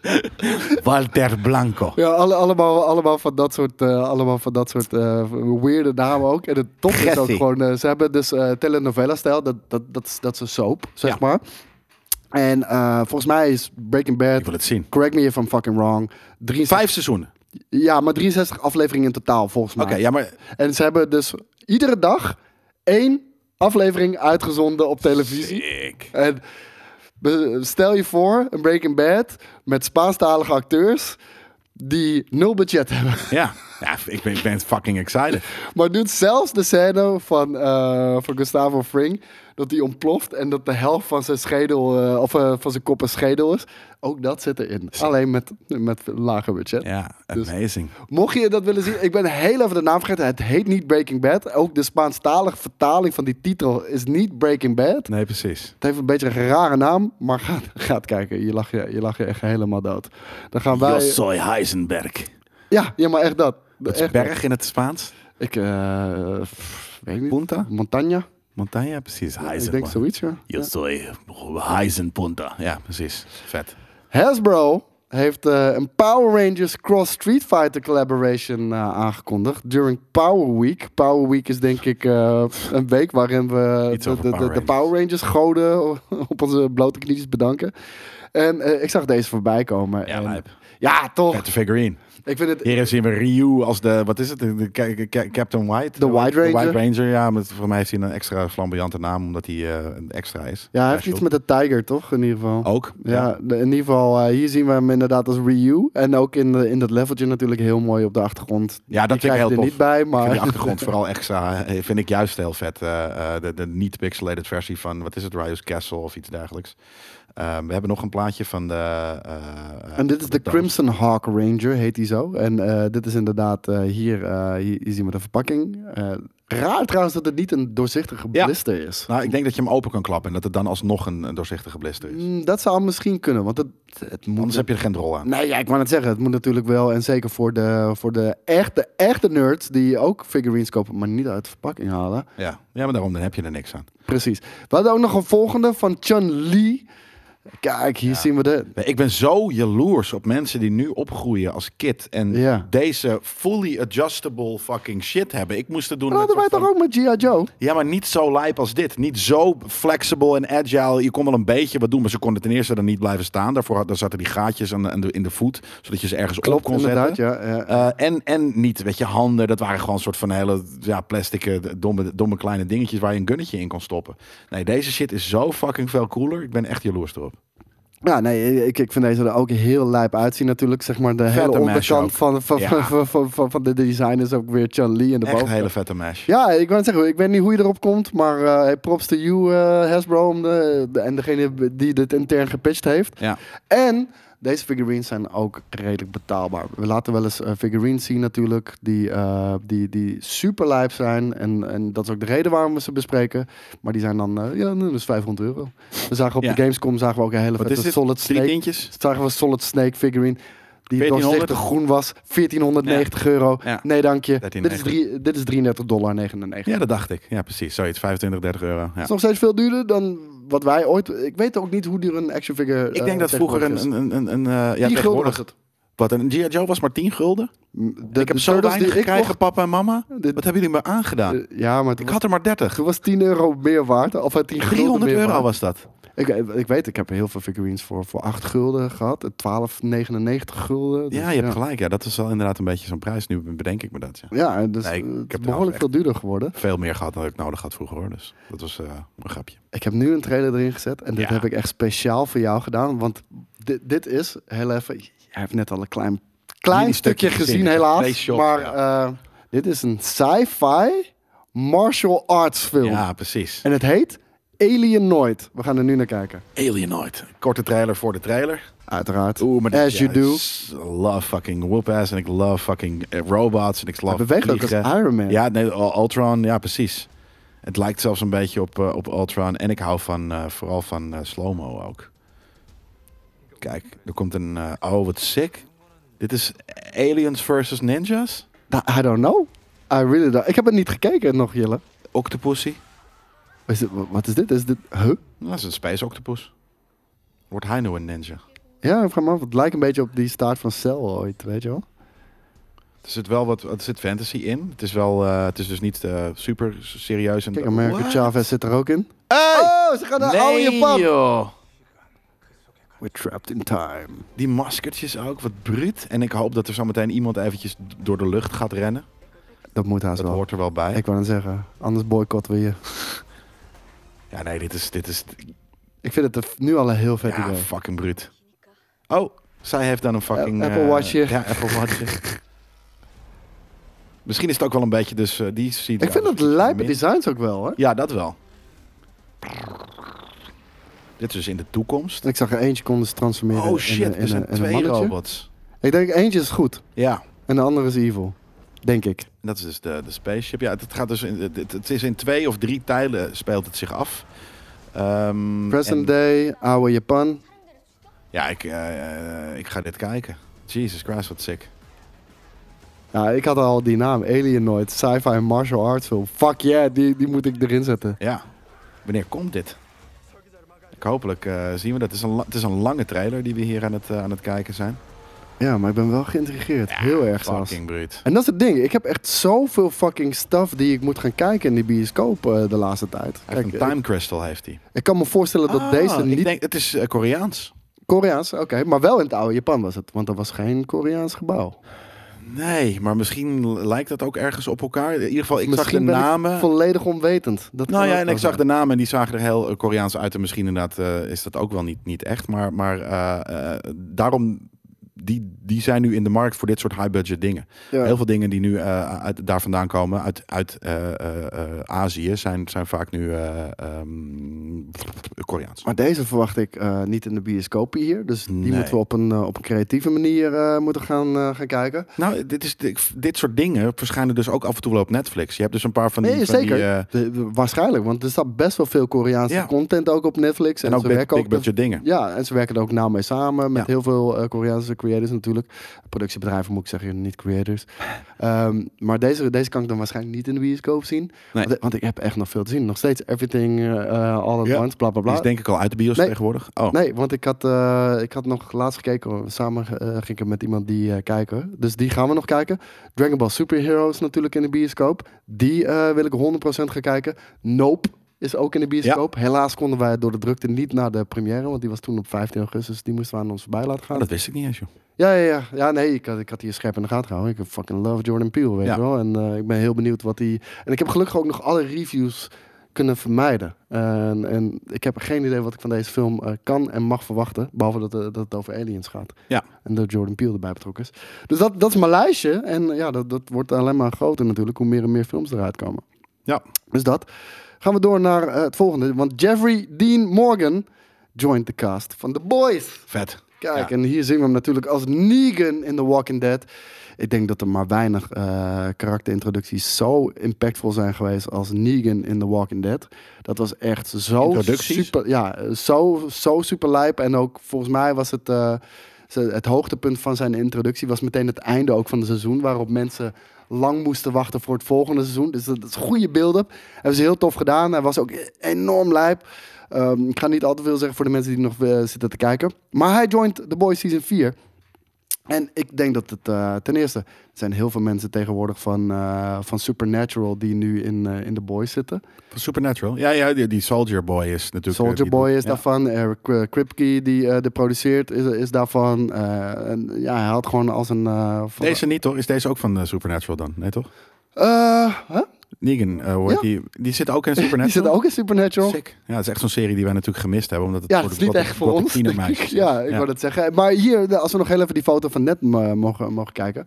Walter Blanco. Ja, allemaal van dat soort weirde namen ook. En het top is ook gewoon... ze hebben dus telenovela-stijl. Dat is een soap, zeg maar. En volgens mij is Breaking Bad... Ik wil het zien. Correct me if I'm fucking wrong. 5 seizoenen. Ja, maar 63 afleveringen in totaal, volgens mij. Oké, ja, maar... En ze hebben dus iedere dag 1 aflevering uitgezonden op televisie. Sick. En stel je voor, een Breaking Bad met Spaanstalige acteurs die 0 budget hebben. Ja, ik ben fucking excited. Maar doet zelfs de scène van Gustavo Fring, dat hij ontploft en dat de helft van zijn schedel, van zijn kop een schedel is. Ook dat zit erin. Alleen met lager budget. Ja, Dus amazing. mocht je dat willen zien, ik ben heel even de naam vergeten. Het heet niet Breaking Bad. Ook de Spaanstalige vertaling van die titel is niet Breaking Bad. Nee, precies. Het heeft een beetje een rare naam, maar gaat kijken. Je lach je echt helemaal dood. Dan gaan wij... Yo soy Heisenberg. Ja, maar echt dat. Wat is Echt berg in het Spaans? Ik weet niet. Punta? Montaña? Montaña, precies. Heisen. Ik denk zoiets, ja. Yo soy Heisenpunta. Ja, precies. Vet. Hasbro heeft een Power Rangers Cross Street Fighter collaboration aangekondigd. During Power Week. Power Week is denk ik een week waarin we de Power Rangers goden op onze blote knietjes bedanken. En ik zag deze voorbij komen. Ja, en, ja, toch. Vette figurine. Ik vind het... Hier zien we Ryu als de, wat is het? De Captain White? De White Ranger. De White Ranger, ja. Maar voor mij heeft hij een extra flamboyante naam, omdat hij een extra is. Ja, hij heeft iets met de Tiger, toch? In ieder geval. Ook? Ja, in ieder geval, hier zien we hem inderdaad als Ryu. En ook in dat leveltje natuurlijk heel mooi op de achtergrond. Ja, dat vind ik heel er tof. niet bij, maar... Ik vind die achtergrond vooral extra, vind ik juist heel vet. De niet-pixelated versie van, wat is het, Ryu's Castle of iets dergelijks. We hebben nog een plaatje van de... en dit is de Crimson Hawk Ranger, heet hij zo. En dit is inderdaad, hier zien we de verpakking. Raar trouwens dat het niet een doorzichtige blister is. Nou, ik denk dat je hem open kan klappen en dat het dan alsnog een doorzichtige blister is. Dat zou misschien kunnen, want het moet... Anders heb je er geen rol aan. Nee, ja, ik wou net zeggen, het moet natuurlijk wel. En zeker voor de echte nerds die ook figurines kopen, maar niet uit de verpakking halen. Ja, maar daarom dan heb je er niks aan. Precies. We hadden ook nog een volgende van Chun-Li. Kijk, hier zien we de... Ik ben zo jaloers op mensen die nu opgroeien als kid en deze fully adjustable fucking shit hebben. Ik moest het doen. Dat hadden wij toch ook met G.I. Joe? Ja, maar niet zo lijp als dit. Niet zo flexible en agile. Je kon wel een beetje wat doen, maar ze konden ten eerste dan niet blijven staan. Daar zaten die gaatjes in de voet, zodat je ze ergens op kon zetten. Ja. En niet, weet je, handen. Dat waren gewoon een soort van hele plastic, domme kleine dingetjes waar je een gunnetje in kon stoppen. Nee, deze shit is zo fucking veel cooler. Ik ben echt jaloers erop. Ja, nee, ik vind deze er ook heel lijp uitzien natuurlijk. Zeg maar de hele onderkant van de design is ook weer Chun-Li in de boven. Echt een hele vette mesh. Ja, ik wou zeggen, ik weet niet hoe je erop komt, maar props to you, Hasbro, en degene die dit intern gepitcht heeft. Ja. En deze figurines zijn ook redelijk betaalbaar. We laten wel eens figurines zien natuurlijk die super lijp zijn. En dat is ook de reden waarom we ze bespreken. Maar die zijn dan dus €500. We zagen op de Gamescom ook een hele vette Solid Snake. Zagen we Solid Snake figurine. Die doorzichtig groen was. €1490. Ja. Nee, dank je. Dit is $33,99. Ja, dat dacht ik. Ja, precies. Zoiets, 25, €30. Ja. Het is nog steeds veel duurder dan wat wij ooit... Ik weet ook niet hoe duur een action figure ik denk dat vroeger een 10 gulden was het. Wat, een G.I. Joe was maar 10 gulden? Ik heb zo weinig gekregen, papa en mama. Wat hebben jullie me aangedaan? Ik had er maar 30. Het was €10 meer waard. Of €300 was dat. Ik weet, ik heb heel veel figurines voor $8 gehad. $12,99. Dus, ja, je hebt gelijk. Ja, dat is wel inderdaad een beetje zo'n prijs. Nu bedenk ik me dat. Ja, dus het is behoorlijk veel duurder geworden. Veel meer gehad dan ik nodig had vroeger, hoor. Dus dat was een grapje. Ik heb nu een trailer erin gezet. En dit heb ik echt speciaal voor jou gedaan. Want dit is, heel even... Jij hebt net al een klein stukje gezien, helaas. Maar dit is een sci-fi martial arts film. Ja, precies. En het heet Alienoid. We gaan er nu naar kijken. Alienoid. Korte trailer voor de trailer. Uiteraard. Oeh, maar As you do. I love fucking whoop-ass en ik love fucking robots en ik love Hij beweegt ook vliegen. als Iron Man. Ja, nee, Ultron, ja precies. Het lijkt zelfs een beetje op Ultron. En ik hou vooral van slow-mo ook. Kijk, er komt een... oh, wat sick. Dit is Aliens versus Ninjas. I don't know. I really don't. Ik heb het niet gekeken nog, Jelle. Octopussy. Wat is dit? Is dit... Huh? Dat is een space octopus. Wordt hij nu een ninja? Ja, ik vraag me af. Het lijkt een beetje op die staart van Cell ooit, weet je wel? Er zit wel er zit fantasy in. Het is wel, het is dus niet super serieus. En Kijk, America What? Chavez zit er ook in. Hey! Oh, ze gaan naar oude Japan. joh. We're trapped in time. Die maskertjes ook, wat bruut. En ik hoop dat er zo meteen iemand eventjes door de lucht gaat rennen. Dat moet haast Dat wel. hoort er wel bij. Ik wou het zeggen. Anders boycotten we je. Ja, nee, dit is Ik vind het nu al een heel vet ja, idee. fucking bruut. Oh, zij heeft dan een fucking... Apple Watchje. Ja, Apple Watchje. Misschien is het ook wel een beetje, dus die ziet... Ik vind het lijpe designs ook wel, hè? Ja, dat wel. Dit is dus in de toekomst. Ik zag er eentje konden ze transformeren Oh shit, er zijn in een 2 mannetje. robots. Ik denk eentje is goed Ja, en de andere is evil. Denk ik. en dat is dus de spaceship. Ja, het gaat dus het is in 2 of 3 tijlen speelt het zich af. Present en- day, oude Japan. Ja, ik ga dit kijken. Jesus Christ, wat sick. Ja, ik had al die naam, Alienoid, sci-fi en martial arts film. Fuck yeah, die moet ik erin zetten. Ja, wanneer komt dit? Hopelijk zien we dat. Het is een lange trailer die we hier aan het kijken zijn. Ja, maar ik ben wel geïntrigeerd. Heel erg zelfs. Fucking bruut. En dat is het ding. Ik heb echt zoveel fucking stuff die ik moet gaan kijken in die bioscoop de laatste tijd. Hij heeft Kijk, een time crystal, heeft hij. ik kan me voorstellen dat deze niet... Ik denk, het is Koreaans. Koreaans, oké. Maar wel in het oude Japan was het. Want er was geen Koreaans gebouw. Nee, maar misschien lijkt dat ook ergens op elkaar. In ieder geval, ik zag de Misschien ben ik namen. volledig onwetend. Dat Nou kan ja, ook en wel ik zag zijn. de namen en die zagen er heel Koreaans uit. En misschien inderdaad is dat ook wel niet echt. Maar daarom, die zijn nu in de markt voor dit soort high-budget dingen. Ja. Heel veel dingen die nu daar vandaan komen, uit Azië, zijn vaak nu Koreaans. Maar deze verwacht ik niet in de bioscoop hier. Dus die Nee. moeten we op een creatieve manier moeten gaan kijken. Nou, dit soort dingen verschijnen dus ook af en toe wel op Netflix. Je hebt dus een paar van die... Nee, van zeker. die, Waarschijnlijk, want er staat best wel veel Koreaanse Ja. content ook op Netflix. en ook ze big werken budget dingen. Ja, en ze werken er ook nauw mee samen met Ja. heel veel Koreaanse creators natuurlijk. Productiebedrijven moet ik zeggen, niet creators. Maar deze kan ik dan waarschijnlijk niet in de bioscoop zien. Nee. Want ik heb echt nog veel te zien. Nog steeds Everything All at Ja. Once, bla bla Die bla. is denk ik al uit de bios Nee. tegenwoordig. Oh, Nee, want ik had nog laatst gekeken. Samen ging ik er met iemand die kijken. Dus die gaan we nog kijken. Dragon Ball Super Heroes natuurlijk in de bioscoop. Die wil ik 100% gaan kijken. Nope is ook in de bioscoop. Helaas konden wij door de drukte niet naar de première. Want die was toen op 15 augustus. Die moesten we aan ons voorbij laten gaan. dat wist ik niet eens, joh. Ja, nee, ik had hier scherp in de gaten gehouden. Ik fucking love Jordan Peele, weet Ja. je wel. En ik ben heel benieuwd wat hij... En ik heb gelukkig ook nog alle reviews kunnen vermijden. En ik heb geen idee wat ik van deze film kan en mag verwachten. Behalve dat het over aliens gaat. Ja. En dat Jordan Peele erbij betrokken is. Dus dat is mijn lijstje. En ja, dat wordt alleen maar groter natuurlijk. Hoe meer en meer films eruit komen. Ja. Dus dat. Gaan we door naar het volgende. Want Jeffrey Dean Morgan joined the cast van The Boys. Vet. Kijk, Ja. en hier zien we hem natuurlijk als Negan in The Walking Dead. Ik denk dat er maar weinig karakterintroducties zo impactvol zijn geweest als Negan in The Walking Dead. Dat was echt zo Introducties? super, ja, zo super lijp. En ook volgens mij was het hoogtepunt van zijn introductie was meteen het einde ook van het seizoen, waarop mensen lang moesten wachten voor het volgende seizoen. Dus dat is een goede build-up. Hebben ze heel tof gedaan. Hij was ook enorm lijp. Ik ga niet al te veel zeggen voor de mensen die nog zitten te kijken. Maar hij joint The Boys Season 4. En ik denk dat het ten eerste... Er zijn heel veel mensen tegenwoordig van Supernatural die nu in The Boys zitten. Van Supernatural. Ja, die Soldier Boy is natuurlijk... Soldier die Boy doet- is ja. daarvan. Eric Kripke die de produceert is daarvan. En ja, hij had gewoon als een... Deze niet, toch? Is deze ook van Supernatural dan? Nee, toch? Huh? Negan, Ja. die zit ook in Supernatural? Die zit ook in Supernatural. Sick. Ja, het is echt zo'n serie die wij natuurlijk gemist hebben. Omdat het Ja, het is niet echt voor ons. tienermeisjes is. Ja, ik wou dat zeggen. Maar hier, als we nog heel even die foto van net mogen kijken.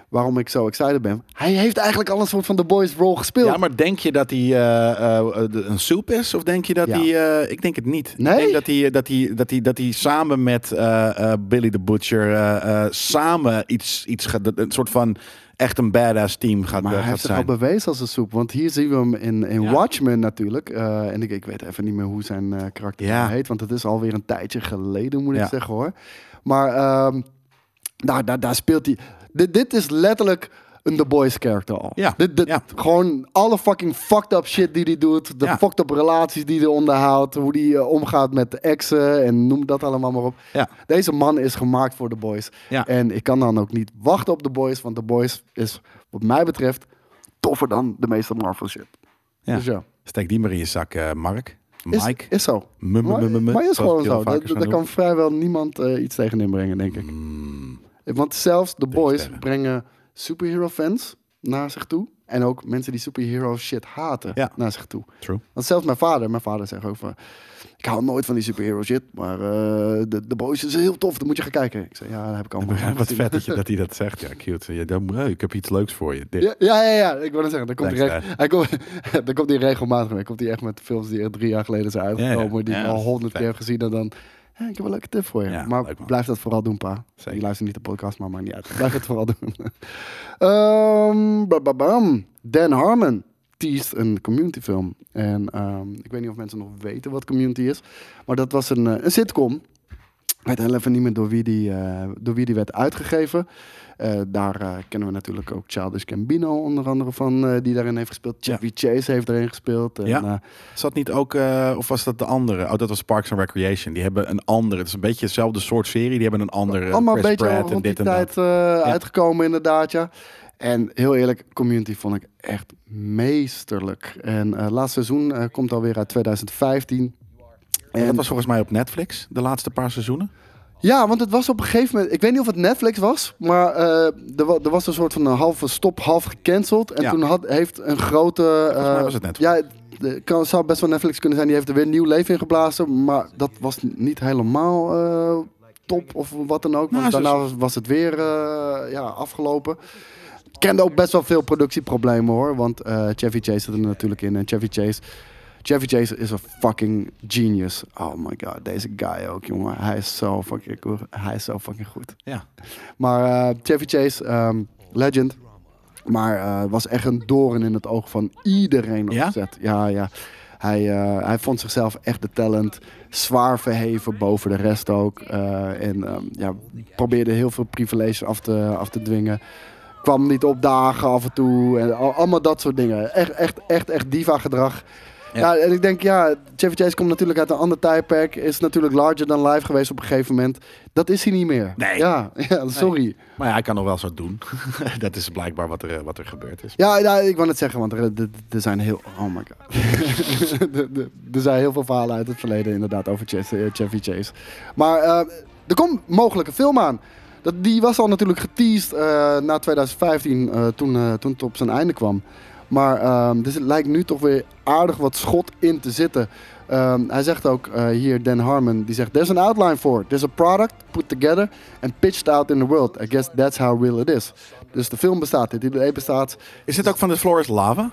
waarom ik zo excited ben. Hij heeft eigenlijk al een soort van The Boys rol gespeeld. Ja, maar denk je dat hij een soep is? Of denk je dat hij... ik denk het niet. Nee? Ik denk dat hij samen met Billy the Butcher... samen iets gaat... Een soort van echt een badass team gaat Maar hij heeft zich al zijn. bewezen als een soep. Want hier zien we hem in Watchmen natuurlijk. En ik weet even niet meer hoe zijn karakter heet. Want het is alweer een tijdje geleden, moet ik zeggen hoor. Maar daar speelt hij... Dit is letterlijk een The Boys character al. Ja. Gewoon alle fucking fucked up shit die hij doet. De fucked up relaties die hij onderhoudt. Hoe hij omgaat met de exen en noem dat allemaal maar op. Ja. Deze man is gemaakt voor The Boys. Ja. En ik kan dan ook niet wachten op The Boys. Want The Boys is wat mij betreft toffer dan de meeste Marvel shit. Ja. Dus ja. Steek die maar in je zak, Mark. Mike. Is zo. Maar is gewoon zo. Daar kan vrijwel niemand iets tegen inbrengen, denk ik. Want zelfs The Boys brengen superhero fans naar zich toe. En ook mensen die superhero shit haten naar zich toe. True. Want zelfs mijn vader zegt ook van... Ik hou nooit van die superhero shit, maar de Boys is heel tof. Dan moet je gaan kijken. Ik zei, ja, dat heb ik allemaal gezien. Wat vet dat hij dat zegt. Ja, cute. Ik heb iets leuks voor je. Dit. Ja. Ik wil het zeggen. Dan komt hij regelmatig mee. Komt hij echt met films die er 3 jaar geleden zijn uitgekomen. Die ik al 100 keer heb gezien. En dan... Ja, ik heb een leuke tip voor je. Ja, maar leuk, blijf dat vooral doen, pa. Zeker. Je luistert niet de podcast, maar maakt niet uit. Blijf het vooral doen. Dan Harmon teased een Community film. En ik weet niet of mensen nog weten wat Community is. Maar dat was een sitcom. Ik weet heel even niet meer door wie die werd uitgegeven. Daar kennen we natuurlijk ook Childish Gambino onder andere van, die daarin heeft gespeeld. Chevy Chase heeft erin gespeeld. En, zat niet ook, of was dat de andere? Oh, dat was Parks and Recreation. Die hebben een andere, het is een beetje hetzelfde soort serie. Die hebben een andere. Allemaal een Chris beetje Pratt rond die en tijd uitgekomen inderdaad, ja. En heel eerlijk, Community vond ik echt meesterlijk. En laatste seizoen komt alweer uit 2015. En dat was volgens mij op Netflix, de laatste paar seizoenen. Ja, want het was op een gegeven moment... Ik weet niet of het Netflix was, maar er was een soort van een halve stop, half gecanceld. En toen heeft een grote... volgens mij was het Netflix. Ja, zou best wel Netflix kunnen zijn. Die heeft er weer nieuw leven in geblazen. Maar dat was niet helemaal top of wat dan ook. Want daarna was het weer afgelopen. Ik kende ook best wel veel productieproblemen hoor. Want Chevy Chase zit er natuurlijk in. En Chevy Chase is een fucking genius. Oh my god, deze guy ook, jongen. Hij is zo fucking goed. Ja. Maar Chevy Chase, legend. Maar was echt een doorn in het oog van iedereen op de set. Ja. Hij vond zichzelf echt de talent. Zwaar verheven boven de rest ook. Probeerde heel veel privileges af te dwingen. Kwam niet opdagen af en toe. En allemaal dat soort dingen. Echt diva gedrag. Ja, en ik denk, Chevy Chase komt natuurlijk uit een ander tijdperk. Is natuurlijk larger than life geweest op een gegeven moment. Dat is hij niet meer. Nee. Ja, sorry. Nee. Maar hij kan nog wel zo doen. Dat is blijkbaar wat er gebeurd is. Ja, ik wou het zeggen, want er zijn heel... Oh my god. Er zijn heel veel verhalen uit het verleden inderdaad over Chevy Chase. Maar er komt mogelijk een film aan. Die was al natuurlijk geteased na 2015, toen het op zijn einde kwam. Maar dus het lijkt nu toch weer aardig wat schot in te zitten. Hij zegt ook hier, Dan Harmon, die zegt... There's an outline for it. There's a product put together and pitched out in the world. I guess that's how real it is. Dus de film bestaat, het idee bestaat. Is dit ook van The Floor is Lava?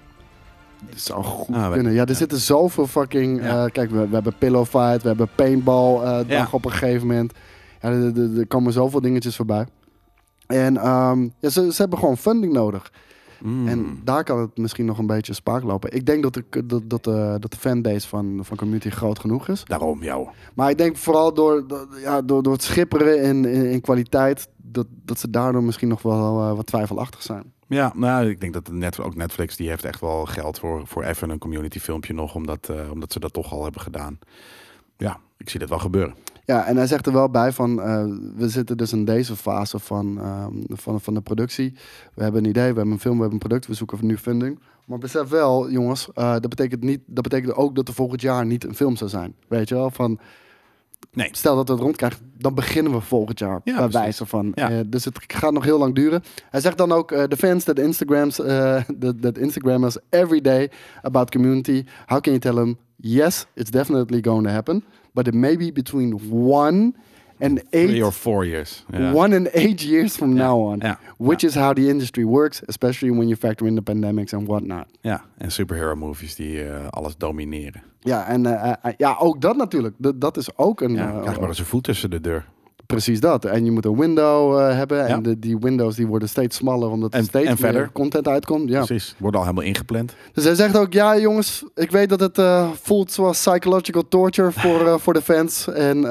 Dat zou goed kunnen. Ja, er zitten zoveel fucking... kijk, we hebben Pillow Fight, we hebben Paintball dag op een gegeven moment. Ja, er komen zoveel dingetjes voorbij. En ze hebben gewoon funding nodig. En daar kan het misschien nog een beetje spaak lopen. Ik denk dat de fanbase van Community groot genoeg is. Daarom, jou. Maar ik denk vooral door het schipperen in kwaliteit... dat ze daardoor misschien nog wel wat twijfelachtig zijn. Ja, nou, ik denk dat ook Netflix... die heeft echt wel geld voor even een community filmpje nog... omdat ze dat toch al hebben gedaan. Ja, ik zie dat wel gebeuren. Ja, en hij zegt er wel bij van... we zitten dus in deze fase van de productie. We hebben een idee, we hebben een film, we hebben een product. We zoeken nu funding. Maar besef wel, jongens... dat betekent ook dat er volgend jaar niet een film zou zijn. Weet je wel? Van, nee. Stel dat we het rondkrijgen, dan beginnen we volgend jaar. Ja, bij wijze van. Ja. Dus het gaat nog heel lang duren. Hij zegt dan ook... the fans that Instagrammers every day about Community. How can you tell them... Yes, it's definitely going to happen... But it may be between 1 And 3 or 4 years. Ja. 1 and 8 years from now on. Ja. Which is how the industry works, especially when you factor in the pandemics and whatnot. Ja, en superhero movies die alles domineren. Ja, en ook dat natuurlijk. Dat is ook een... Krijg maar eens een voet tussen de deur. Precies dat. En je moet een window hebben. En die windows die worden steeds smaller, omdat er steeds meer verder content uitkomt. Ja. Precies, wordt al helemaal ingepland. Dus hij zegt ook, ja jongens, ik weet dat het voelt zoals psychological torture voor de fans.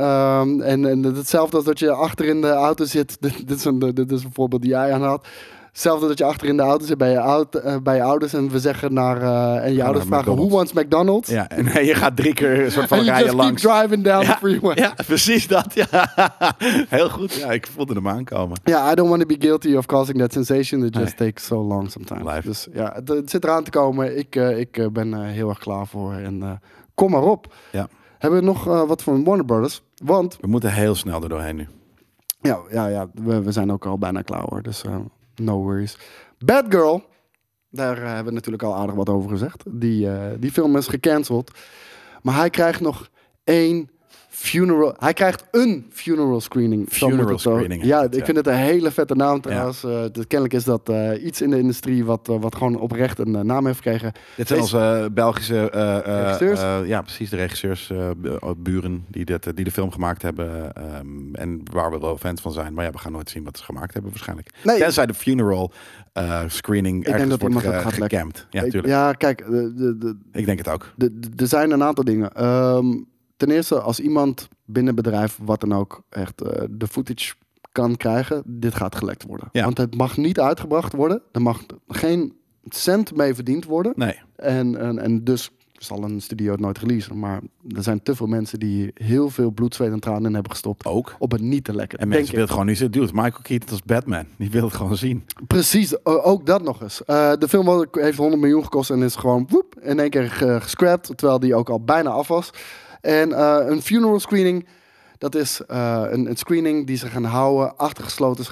En hetzelfde als dat je achter in de auto zit. Dit is een voorbeeld die jij aan had. Hetzelfde dat je achter in de auto zit bij je ouders en we zeggen en je ouders vragen, who wants McDonald's? Ja, en je gaat 3 keer een soort van rijden rijden langs. keep driving down the freeway. Ja, precies dat. Ja. Heel goed. Ja, ik voelde hem aankomen. Ja, I don't want to be guilty of causing that sensation. It just takes so long sometimes. Life. Dus ja, het zit eraan te komen. Ik ben heel erg klaar voor. En kom maar op. Ja. Hebben we nog wat van Warner Brothers? Want... We moeten heel snel er doorheen nu. Ja, we zijn ook al bijna klaar hoor. Dus no worries. Batgirl. Daar hebben we natuurlijk al aardig wat over gezegd. Die film is gecanceld. Maar hij krijgt nog een funeral screening. Funeral screening. Ja, ik vind het een hele vette naam trouwens. Kennelijk is dat iets in de industrie wat gewoon oprecht een naam heeft gekregen. Dit zijn onze Belgische regisseurs. Ja, precies. De regisseurs, buren die de film gemaakt hebben. En waar we wel fans van zijn. Maar ja, we gaan nooit zien wat ze gemaakt hebben waarschijnlijk. Nee. Tenzij de funeral screening ergens wordt gecampt. Ja, tuurlijk. Ja, kijk. Ik denk het ook. Er zijn een aantal dingen. Ten eerste, als iemand binnen bedrijf, wat dan ook, echt de footage kan krijgen, dit gaat gelekt worden. Ja. Want het mag niet uitgebracht worden. Er mag geen cent mee verdiend worden. Nee. En dus zal een studio het nooit releasen. Maar er zijn te veel mensen die heel veel bloed, zweet en tranen in hebben gestopt. Ook. Op het niet te lekken. En mensen willen het gewoon niet zien. Dude, Michael Keaton als Batman. Die wil het gewoon zien. Precies, ook dat nog eens. De film heeft 100 miljoen gekost en is gewoon in één keer gescrapt. Terwijl die ook al bijna af was. En een funeral screening, dat is een screening die ze gaan houden achter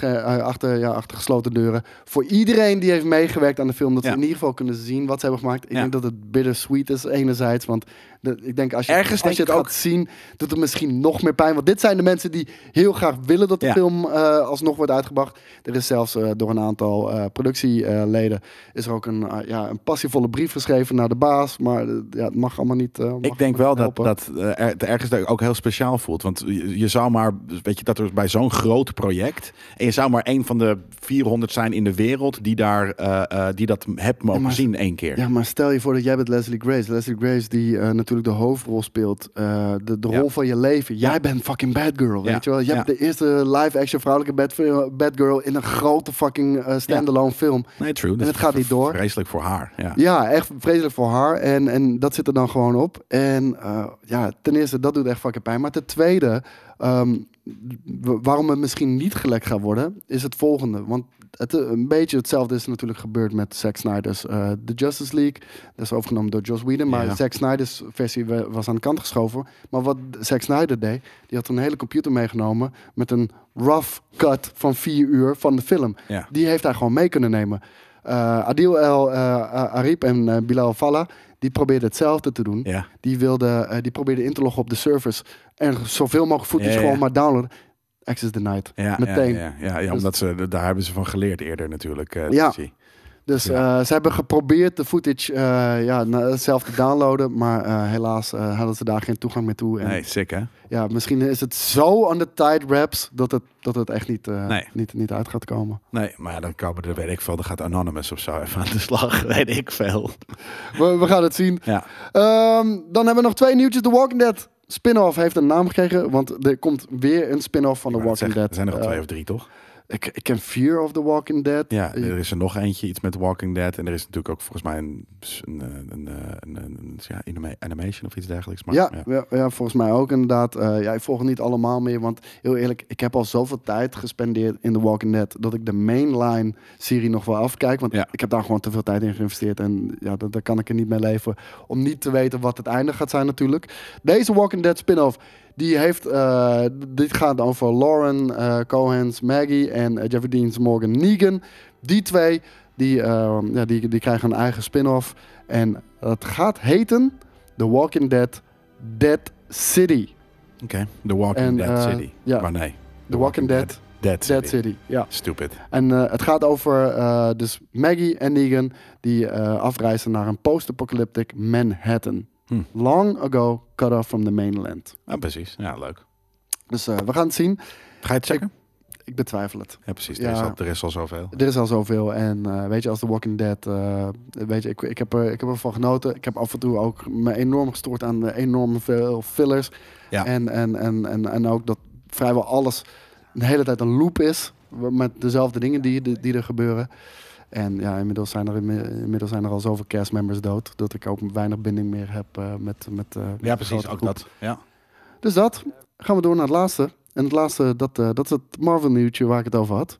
gesloten deuren. Voor iedereen die heeft meegewerkt aan de film, dat ze in ieder geval kunnen zien wat ze hebben gemaakt. Ik denk dat het bittersweet is enerzijds, want ik denk als je het gaat zien, doet het misschien nog meer pijn. Want dit zijn de mensen die heel graag willen dat de film alsnog wordt uitgebracht. Er is zelfs door een aantal productieleden is er ook een passievolle brief geschreven naar de baas. Maar het mag allemaal niet. Ik denk wel dat het ergens ook heel speciaal voelt. Want je zou maar, weet je, dat er bij zo'n groot project en je zou maar een van de 400 zijn in de wereld die dat hebt mogen zien 1 keer. Ja, maar stel je voor dat jij bent Leslie Grace. Leslie Grace die natuurlijk de hoofdrol speelt, de rol van je leven. Jij bent fucking Batgirl, weet je wel? Je hebt de eerste live-action vrouwelijke Batgirl in een grote fucking standalone film. Nee, true. En het gaat niet door. Vreselijk voor haar. Ja, echt vreselijk voor haar. En dat zit er dan gewoon op. En ten eerste, dat doet echt fucking pijn. Maar ten tweede, waarom het misschien niet gelekt gaat worden, is het volgende. Want een beetje hetzelfde is natuurlijk gebeurd met Zack Snyder's The Justice League. Dat is overgenomen door Joss Whedon. Maar Zack Snyder's versie was aan de kant geschoven. Maar wat Zack Snyder deed, die had een hele computer meegenomen met een rough cut van 4 uur van de film. Ja. Die heeft hij gewoon mee kunnen nemen. Adil El Arib en Bilal Fallah, die probeerden hetzelfde te doen. Ja. Die probeerden in te loggen op de servers en zoveel mogelijk footage gewoon maar downloaden. Access denied. Meteen. Ja, omdat daar hebben ze van geleerd eerder natuurlijk. Dus ze hebben geprobeerd de footage zelf te downloaden, maar helaas hadden ze daar geen toegang meer toe. En, nee, sick hè? Ja, misschien is het zo aan de tight wraps dat het echt niet uit gaat komen. Nee, maar dan komen er, weet ik veel, dan gaat Anonymous of zo even aan de slag, weet ik veel. We gaan het zien. Ja. Dan hebben we nog 2 nieuwtjes. The Walking Dead spin-off heeft een naam gekregen, want er komt weer een spin-off van The Walking Dead. Er zijn er al 2 of 3, toch? Ik ken Fear of the Walking Dead. Ja, er is er nog eentje, iets met Walking Dead. En er is natuurlijk ook volgens mij een animation of iets dergelijks. Maar, ja, volgens mij ook inderdaad. Ik volg het niet allemaal meer, want heel eerlijk, ik heb al zoveel tijd gespendeerd in The Walking Dead dat ik de mainline serie nog wel afkijk. Want ik heb daar gewoon te veel tijd in geïnvesteerd en daar kan ik er niet mee leven om niet te weten wat het einde gaat zijn natuurlijk. Deze Walking Dead spin-off, dit gaat over Lauren Cohan's Maggie en Jeffrey Dean's Morgan Negan. Die 2, die krijgen een eigen spin-off. En het gaat heten The Walking Dead Dead City. Oké. The Walking Dead City. Ja. Maar nee. The Walking Dead. Dead City. Ja. Stupid. En het gaat over dus Maggie en Negan die afreizen naar een post-apocalyptic Manhattan. Long ago cut off from the mainland. Ah, precies. Ja, leuk. Dus we gaan het zien. Ga je het checken? Ik betwijfel het. Ja, precies. Ja. Er is al zoveel. Er is al zoveel. En weet je, als The Walking Dead... weet je, ik heb ervan genoten. Ik heb af en toe ook me enorm gestoord aan de enorm veel fillers. Ja. En ook dat vrijwel alles de hele tijd een loop is. Met dezelfde dingen die er gebeuren. En ja, inmiddels zijn er al zoveel castmembers dood. Dat ik ook weinig binding meer heb met Ja, precies. grote Ook groep. dat. Ja. Dus dat. Gaan we door naar het laatste. En het laatste, dat is het Marvel nieuwtje waar ik het over had.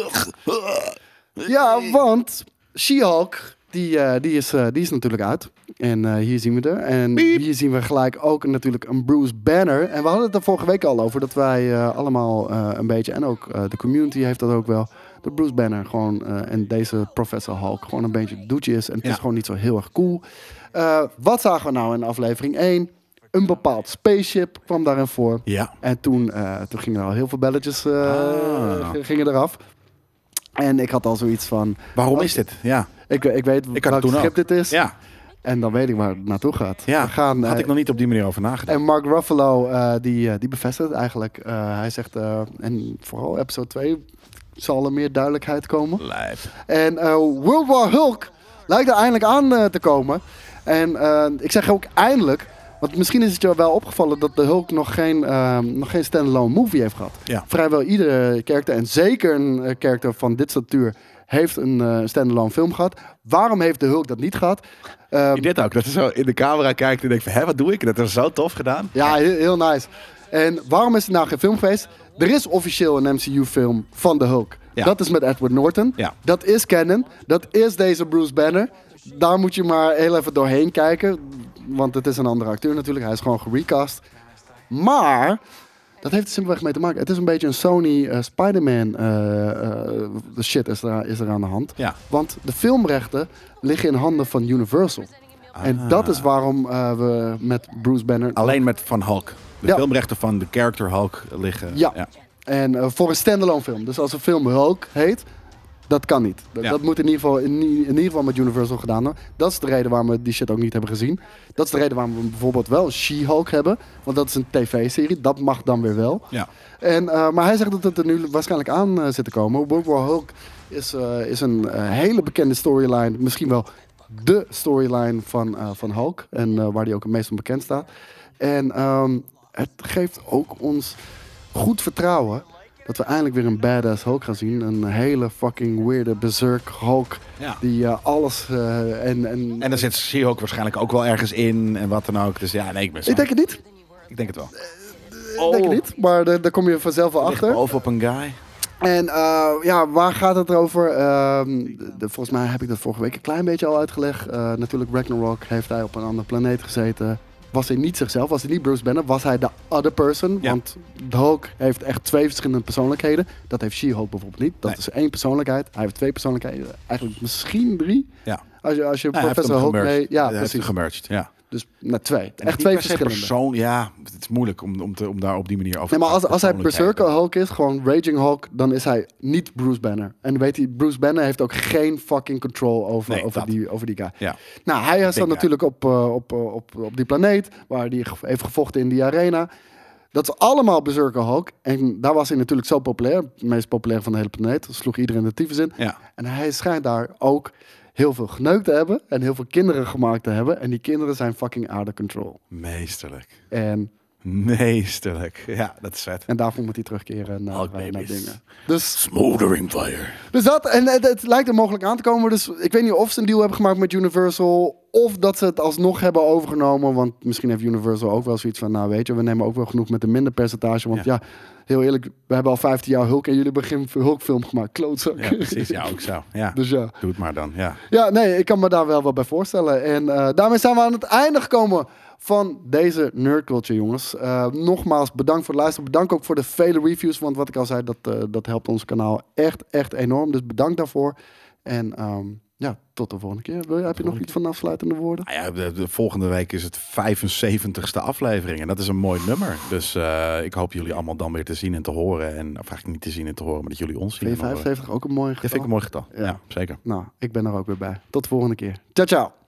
Ja, want She-Hulk, die is natuurlijk uit. En hier zien we er. En hier zien we gelijk ook natuurlijk een Bruce Banner. En we hadden het er vorige week al over. Dat wij allemaal een beetje, en ook de community heeft dat ook wel. Dat Bruce Banner gewoon, en deze Professor Hulk, gewoon een beetje doetje is. En het is gewoon niet zo heel erg cool. Wat zagen we nou in aflevering 1? Een bepaald spaceship kwam daarin voor. Ja. En toen gingen er al heel veel belletjes gingen eraf. En ik had al zoiets van... Waarom is dit? Ja. Ik weet welk schip dit is. Ja. En dan weet ik waar het naartoe gaat. Ja, we gaan, had ik nog niet op die manier over nagedacht. En Mark Ruffalo, die bevestigt het eigenlijk. Hij zegt, en vooral episode 2 zal er meer duidelijkheid komen. Lijp. En World War Hulk lijkt er eindelijk aan te komen. En ik zeg ook eindelijk... Want misschien is het je wel opgevallen dat de Hulk nog geen standalone movie heeft gehad. Ja. Vrijwel iedere karakter, en zeker een karakter van dit statuur, heeft een standalone film gehad. Waarom heeft de Hulk dat niet gehad? Dit ook, dat je zo in de camera kijkt en denkt van, wat doe ik? Dat is zo tof gedaan. Ja, heel nice. En waarom is er nou geen film geweest? Er is officieel een MCU-film van de Hulk. Ja. Dat is met Edward Norton. Ja. Dat is canon. Dat is deze Bruce Banner. Daar moet je maar heel even doorheen kijken. Want het is een andere acteur natuurlijk. Hij is gewoon gerecast. Maar dat heeft er simpelweg mee te maken. Het is een beetje een Sony Spider-Man shit is er aan de hand. Ja. Want de filmrechten liggen in handen van Universal. En dat is waarom we met Bruce Banner... Alleen met van Hulk. De Ja. filmrechten van de character Hulk liggen. Ja. En voor een standalone film. Dus als een film Hulk heet, dat kan niet. Ja. Dat moet in ieder geval met Universal gedaan worden. Dat is de reden waarom we die shit ook niet hebben gezien. Dat is de reden waarom we bijvoorbeeld wel She-Hulk hebben. Want dat is een tv-serie. Dat mag dan weer wel. Ja. En, maar hij zegt dat het er nu waarschijnlijk aan zit te komen. World War Hulk is een hele bekende storyline. Misschien wel de storyline van Hulk. En waar die ook het meest om bekend staat. En het geeft ook ons goed vertrouwen dat we eindelijk weer een badass Hulk gaan zien. Een hele fucking weirde berserk Hulk. Ja. Die alles... En daar zit She-Hulk waarschijnlijk ook wel ergens in en wat dan ook. Dus ja, nee, ik ben zo. Ik denk het niet. Ik denk het wel. Ik denk het niet. Maar daar kom je vanzelf wel achter. Of op een guy. En ja, waar gaat het over? Volgens mij heb ik dat vorige week een klein beetje al uitgelegd. Natuurlijk Ragnarok heeft hij op een andere planeet gezeten. Was hij niet zichzelf, was hij niet Bruce Banner, was hij de other person. Ja. Want de Hulk heeft echt 2 verschillende persoonlijkheden. Dat heeft She-Hulk bijvoorbeeld niet. Dat Nee. is 1 persoonlijkheid. Hij heeft 2 persoonlijkheden. Eigenlijk misschien 3. Ja. Als je Ja, hij heeft Professor hem Hulk gemerged. mee... Ja, Hij heeft hem precies. gemerged, ja. Dus naar 2. Echt Niet 2 per se verschillende. ja, het is moeilijk om daar op die manier over Nee, maar te als hij praten. Berserker Hulk is, gewoon Raging Hulk, dan is hij niet Bruce Banner. En weet je, Bruce Banner heeft ook geen fucking control Nee, over die guy. Ja. Nou, hij staat guy. natuurlijk op die planeet, waar hij heeft gevochten in die arena. Dat is allemaal Berserker Hulk. En daar was hij natuurlijk zo populair. Het meest populair van de hele planeet. Dat sloeg iedereen de tyfus in. Ja. En hij schijnt daar ook heel veel geneukt te hebben. En heel veel kinderen gemaakt te hebben. En die kinderen zijn fucking out of control. Meesterlijk. Meesterlijk. Ja, dat is vet. En daarvoor moet hij terugkeren naar babies. dingen. Dus Smoldering fire. Dus dat, en het lijkt er mogelijk aan te komen. Dus ik weet niet of ze een deal hebben gemaakt met Universal. Of dat ze het alsnog hebben overgenomen. Want misschien heeft Universal ook wel zoiets van... Nou weet je, we nemen ook wel genoeg met een minder percentage. Want ja, heel eerlijk, we hebben al 15 jaar Hulk. En jullie hebben geen Hulk-film gemaakt. Klootzak. Ja, precies. Ja, ook zo. Ja. Dus ja. Doe het maar dan, ja. Ja, nee, ik kan me daar wel wat bij voorstellen. En daarmee zijn we aan het einde gekomen van deze Nerd Culture, jongens. Nogmaals, bedankt voor het luisteren. Bedankt ook voor de vele reviews. Want wat ik al zei, dat helpt ons kanaal echt enorm. Dus bedankt daarvoor. En Ja, tot de volgende keer. Heb je nog iets van afsluitende woorden? Nou ja, de volgende week is het 75ste aflevering. En dat is een mooi nummer. Dus ik hoop jullie allemaal dan weer te zien en te horen. En of eigenlijk niet te zien en te horen, maar dat jullie ons zien. Vind je 75 ook een mooi getal? Dat vind ik een mooi getal. Ja. Ja, zeker. Nou, ik ben er ook weer bij. Tot de volgende keer. Ciao, ciao.